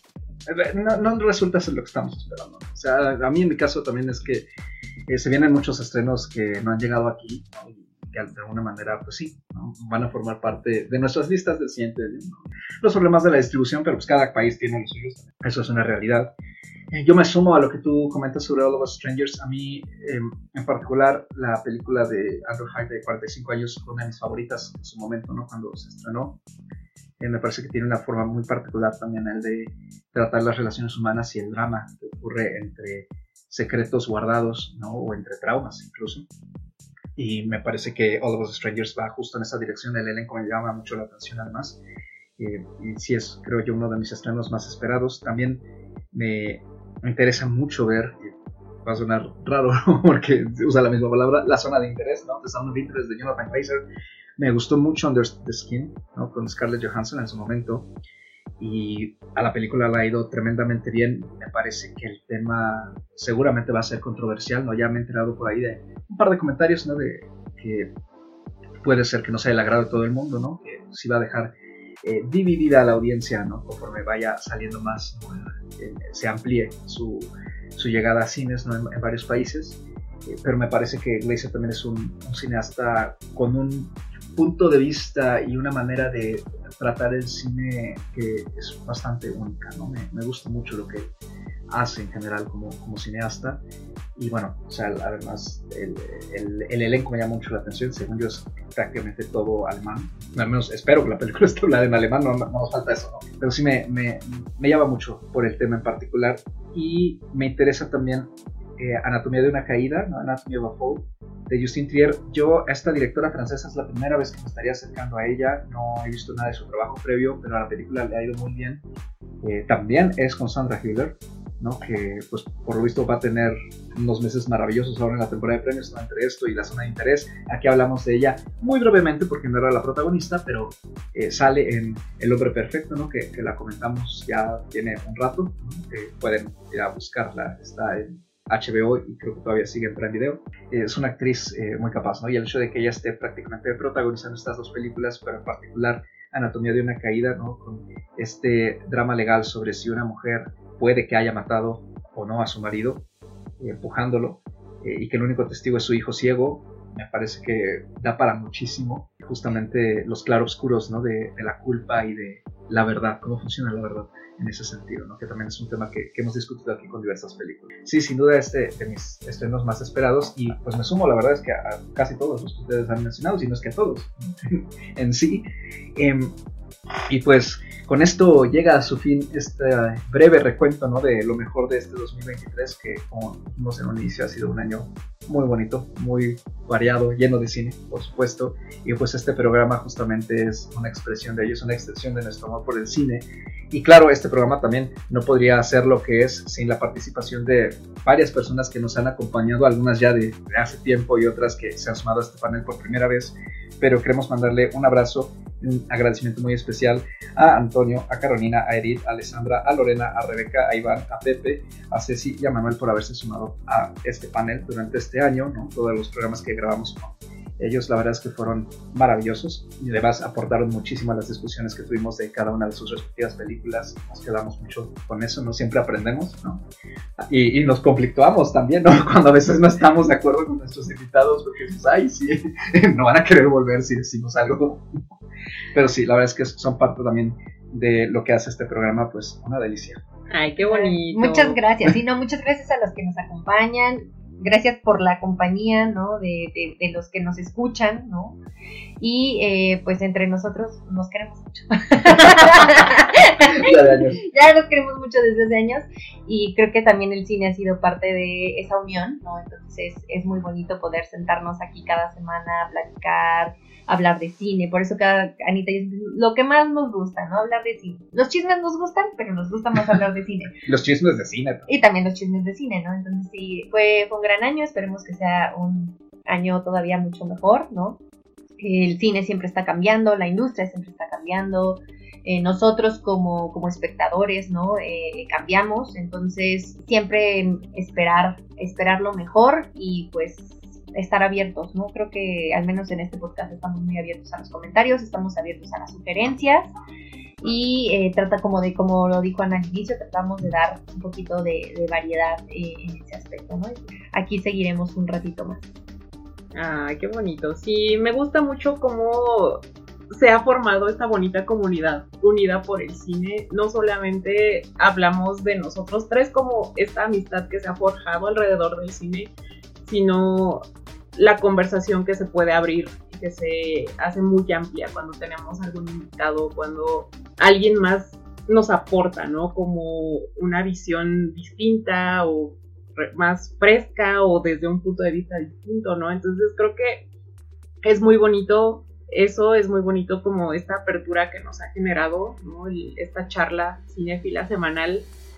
no, no, no resulta ser lo que estamos esperando, ¿no? O sea, a mí en mi caso también es que eh, se vienen muchos estrenos que no han llegado aquí, ¿no? Y que de alguna manera, pues sí, ¿no? Van a formar parte de nuestras listas del siguiente año, ¿no? Los problemas de la distribución, pero pues cada país tiene los suyos, eso es una realidad. Eh, yo me sumo a lo que tú comentas sobre All of Us Strangers. A mí, eh, en particular, la película de Andrew Hyde de cuarenta y cinco años fue una de mis favoritas en su momento, ¿no? Cuando se estrenó. Eh, me parece que tiene una forma muy particular también el de tratar las relaciones humanas y el drama que ocurre entre secretos guardados, ¿no? O entre traumas incluso. Y me parece que All of Us Strangers va justo en esa dirección. El elenco me llama mucho la atención además. Eh, y sí es, creo yo, uno de mis estrenos más esperados. También me, me interesa mucho ver, va a sonar raro porque usa la misma palabra, la zona de interés, ¿no? The Zone of Interest de Jonathan Glazer. Me gustó mucho Under the Skin, ¿no? Con Scarlett Johansson en su momento, y a la película le ha ido tremendamente bien. Me parece que el tema seguramente va a ser controversial, ¿no? Ya me he enterado por ahí de un par de comentarios, ¿no? De que puede ser que no sea el agrado de todo el mundo, ¿no? Que sí va a dejar eh, dividida a la audiencia, ¿no? Conforme vaya saliendo más, ¿no? eh, se amplíe su, su llegada a cines, ¿no? en, en varios países. eh, pero me parece que Glazer también es un, un cineasta con un punto de vista y una manera de tratar el cine que es bastante única, ¿no? Me, me gusta mucho lo que hace en general como, como cineasta. Y bueno, o sea, además el, el, el elenco me llama mucho la atención. Según yo es prácticamente todo alemán. Al menos espero que la película esté hablada en alemán, no, no nos falta eso, ¿no? Pero sí me, me, me llama mucho por el tema en particular. Y me interesa también eh, Anatomía de una caída, ¿no? Anatomy of a Fall, de Justine Trier. Yo, esta directora francesa, es la primera vez que me estaría acercando a ella. No he visto nada de su trabajo previo, pero a la película le ha ido muy bien. Eh, también es con Sandra Hüller, ¿no? Que pues por lo visto va a tener unos meses maravillosos ahora en la temporada de premios, ¿no? Entre esto y La Zona de Interés. Aquí hablamos de ella muy brevemente porque no era la protagonista, pero eh, sale en El Hombre Perfecto, ¿no? Que, que la comentamos ya tiene un rato, ¿no? Que pueden ir a buscarla, está en H B O y creo que todavía sigue en Prime Video. Eh, es una actriz eh, muy capaz, ¿no? Y el hecho de que ella esté prácticamente protagonizando estas dos películas, pero en particular Anatomía de una caída, ¿no? Con este drama legal sobre si una mujer puede que haya matado o no a su marido, eh, empujándolo, eh, y que el único testigo es su hijo ciego, me parece que da para muchísimo. Justamente los claroscuros, ¿no? de, de la culpa y de la verdad, cómo funciona la verdad en ese sentido, ¿no? Que también es un tema que, que hemos discutido aquí con diversas películas. Sí, sin duda este de mis estrenos más esperados, y pues me sumo, la verdad es que a casi todos los que ustedes han mencionado, si no es que a todos en sí. Eh, y pues con esto llega a su fin este breve recuento, ¿no? De lo mejor de este dos mil veintitrés, que como dijimos en un inicio ha sido un año muy bonito, muy variado, lleno de cine, por supuesto, y pues este programa justamente es una expresión de ello, es una extensión de nuestro amor por el cine. Y claro, este programa también no podría ser lo que es sin la participación de varias personas que nos han acompañado, algunas ya de, de hace tiempo y otras que se han sumado a este panel por primera vez, pero queremos mandarle un abrazo, un agradecimiento muy especial a Antonio, a Carolina, a Edith, a Alessandra, a Lorena, a Rebeca, a Iván, a Pepe, a Ceci y a Manuel por haberse sumado a este panel durante este año, ¿no? Todos los programas que grabamos con ellos, la verdad es que fueron maravillosos y además aportaron muchísimo a las discusiones que tuvimos de cada una de sus respectivas películas. Nos quedamos mucho con eso, ¿no? Siempre aprendemos, ¿no? Y, y nos conflictuamos también, ¿no? Cuando a veces no estamos de acuerdo con nuestros invitados porque dices, ay, sí, no van a querer volver si decimos algo. Pero sí, la verdad es que son parte también de lo que hace este programa, pues una delicia. Ay, qué bonito. Muchas gracias, y no, muchas gracias a los que nos acompañan. Gracias por la compañía, ¿no? De, de, de los que nos escuchan, ¿no? Y eh, pues entre nosotros nos queremos mucho. Ya de años. Ya nos queremos mucho desde hace años, y creo que también el cine ha sido parte de esa unión, ¿no? Entonces es muy bonito poder sentarnos aquí cada semana a platicar, hablar de cine. Por eso cada Anita y yo, lo que más nos gusta, ¿no? Hablar de cine. Los chismes nos gustan, pero nos gusta más hablar de cine. Los chismes de cine. Y también los chismes de cine, ¿no? Entonces sí, fue, fue un gran año. Esperemos que sea un año todavía mucho mejor, ¿no? El cine siempre está cambiando, la industria siempre está cambiando. Eh, nosotros como, como espectadores, ¿no? Eh, cambiamos. Entonces siempre esperar, esperar lo mejor y pues estar abiertos, ¿no? Creo que al menos en este podcast estamos muy abiertos a los comentarios, estamos abiertos a las sugerencias y eh, trata como de, como lo dijo Ana al inicio, tratamos de dar un poquito de, de variedad eh, en ese aspecto, ¿no? Aquí seguiremos un ratito más. Ay, qué bonito. Sí, me gusta mucho cómo se ha formado esta bonita comunidad unida por el cine. No solamente hablamos de nosotros tres como esta amistad que se ha forjado alrededor del cine, sino la conversación que se puede abrir y que se hace muy amplia cuando tenemos algún invitado, cuando alguien más nos aporta, ¿no? Como una visión distinta o más fresca o desde un punto de vista distinto, ¿no? Entonces creo que es muy bonito eso, es muy bonito como esta apertura que nos ha generado, ¿no? Esta charla cinéfila semanal,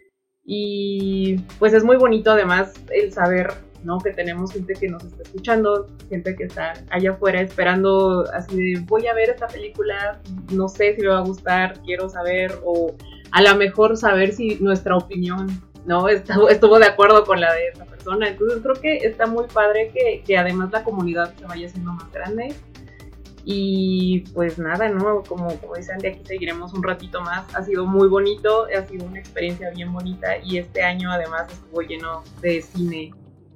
y pues es muy bonito además el saber, ¿no? Que tenemos gente que nos está escuchando, gente que está allá afuera esperando así de voy a ver esta película, no sé si me va a gustar, quiero saber, o a lo mejor saber si nuestra opinión, ¿no? Estuvo, estuvo de acuerdo con la de esa persona. Entonces creo que está muy padre que, que además la comunidad se vaya haciendo más grande. Y pues nada, ¿no? Como, como dicen, de aquí seguiremos un ratito más. Ha sido muy bonito, ha sido una experiencia bien bonita, y este año además estuvo lleno de cine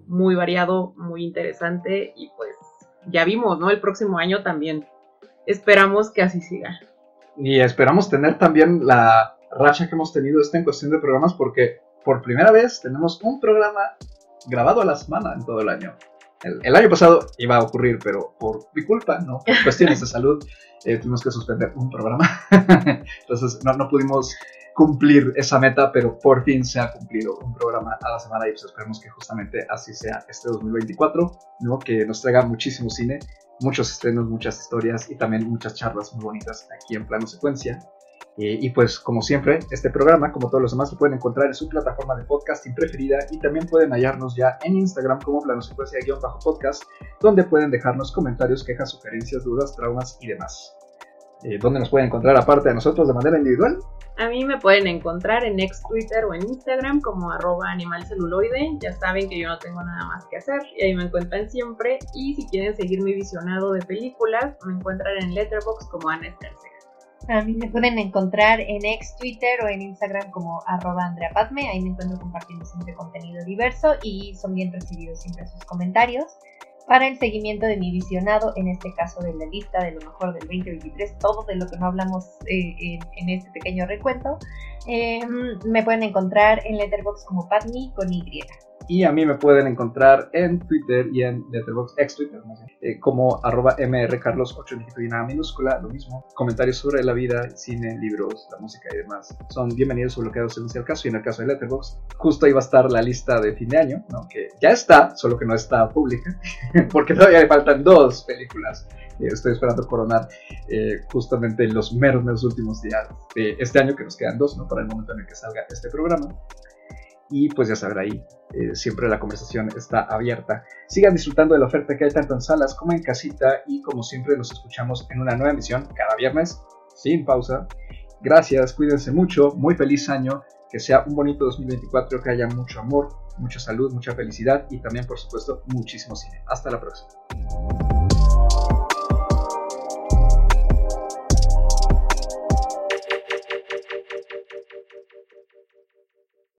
muy variado, muy interesante y pues ya vimos, ¿no? El próximo año también esperamos que así siga. Y esperamos tener también la racha que hemos tenido esta en cuestión de programas, porque por primera vez tenemos un programa grabado a la semana en todo el año. El, el año pasado iba a ocurrir, pero por mi culpa, ¿no? Por cuestiones de salud, eh, tuvimos que suspender un programa. Entonces no, no pudimos cumplir esa meta, pero por fin se ha cumplido un programa a la semana y pues esperemos que justamente así sea este dos mil veinticuatro, ¿no? Que nos traiga muchísimo cine, muchos estrenos, muchas historias y también muchas charlas muy bonitas aquí en Plano Secuencia. Eh, y pues como siempre, este programa, como todos los demás, lo pueden encontrar en su plataforma de podcasting preferida y también pueden hallarnos ya en Instagram como Plano Secuencia-podcast, donde pueden dejarnos comentarios, quejas, sugerencias, dudas, traumas y demás. Eh, ¿Dónde nos pueden encontrar aparte de nosotros de manera individual? A mí me pueden encontrar en ex Twitter o en Instagram como arroba animalceluloide. Ya saben que yo no tengo nada más que hacer y ahí me encuentran siempre. Y si quieren seguir mi visionado de películas, me encuentran en Letterboxd como Ana Escarcega. A mí me pueden encontrar en ex Twitter o en Instagram como arroba Andrea Padme. Ahí me encuentro compartiendo siempre contenido diverso y son bien recibidos siempre sus comentarios. Para el seguimiento de mi visionado, en este caso de la lista de lo mejor del veinte veintitrés, todo de lo que no hablamos eh, en, en este pequeño recuento, eh, me pueden encontrar en Letterboxd como Padme con Y. Y a mí me pueden encontrar en Twitter y en Letterboxd, ex Twitter, no sé, eh, como arroba mrcarlos ocho dígito y nada minúscula, lo mismo. Comentarios sobre la vida, cine, libros, la música y demás son bienvenidos o bloqueados según sea el caso. Y en el caso de Letterboxd, justo ahí va a estar la lista de fin de año, ¿no? Que ya está, solo que no está pública, porque todavía le faltan dos películas. Eh, estoy esperando coronar eh, justamente en los meros, meros últimos días de este año, que nos quedan dos, ¿no? Para el momento en el que salga este programa. Y pues ya sabrá ahí, eh, siempre la conversación está abierta. Sigan disfrutando de la oferta que hay tanto en salas como en casita y como siempre nos escuchamos en una nueva emisión cada viernes, sin pausa. Gracias, cuídense mucho, muy feliz año, que sea un bonito dos mil veinticuatro, que haya mucho amor, mucha salud, mucha felicidad y también por supuesto muchísimo cine. Hasta la próxima.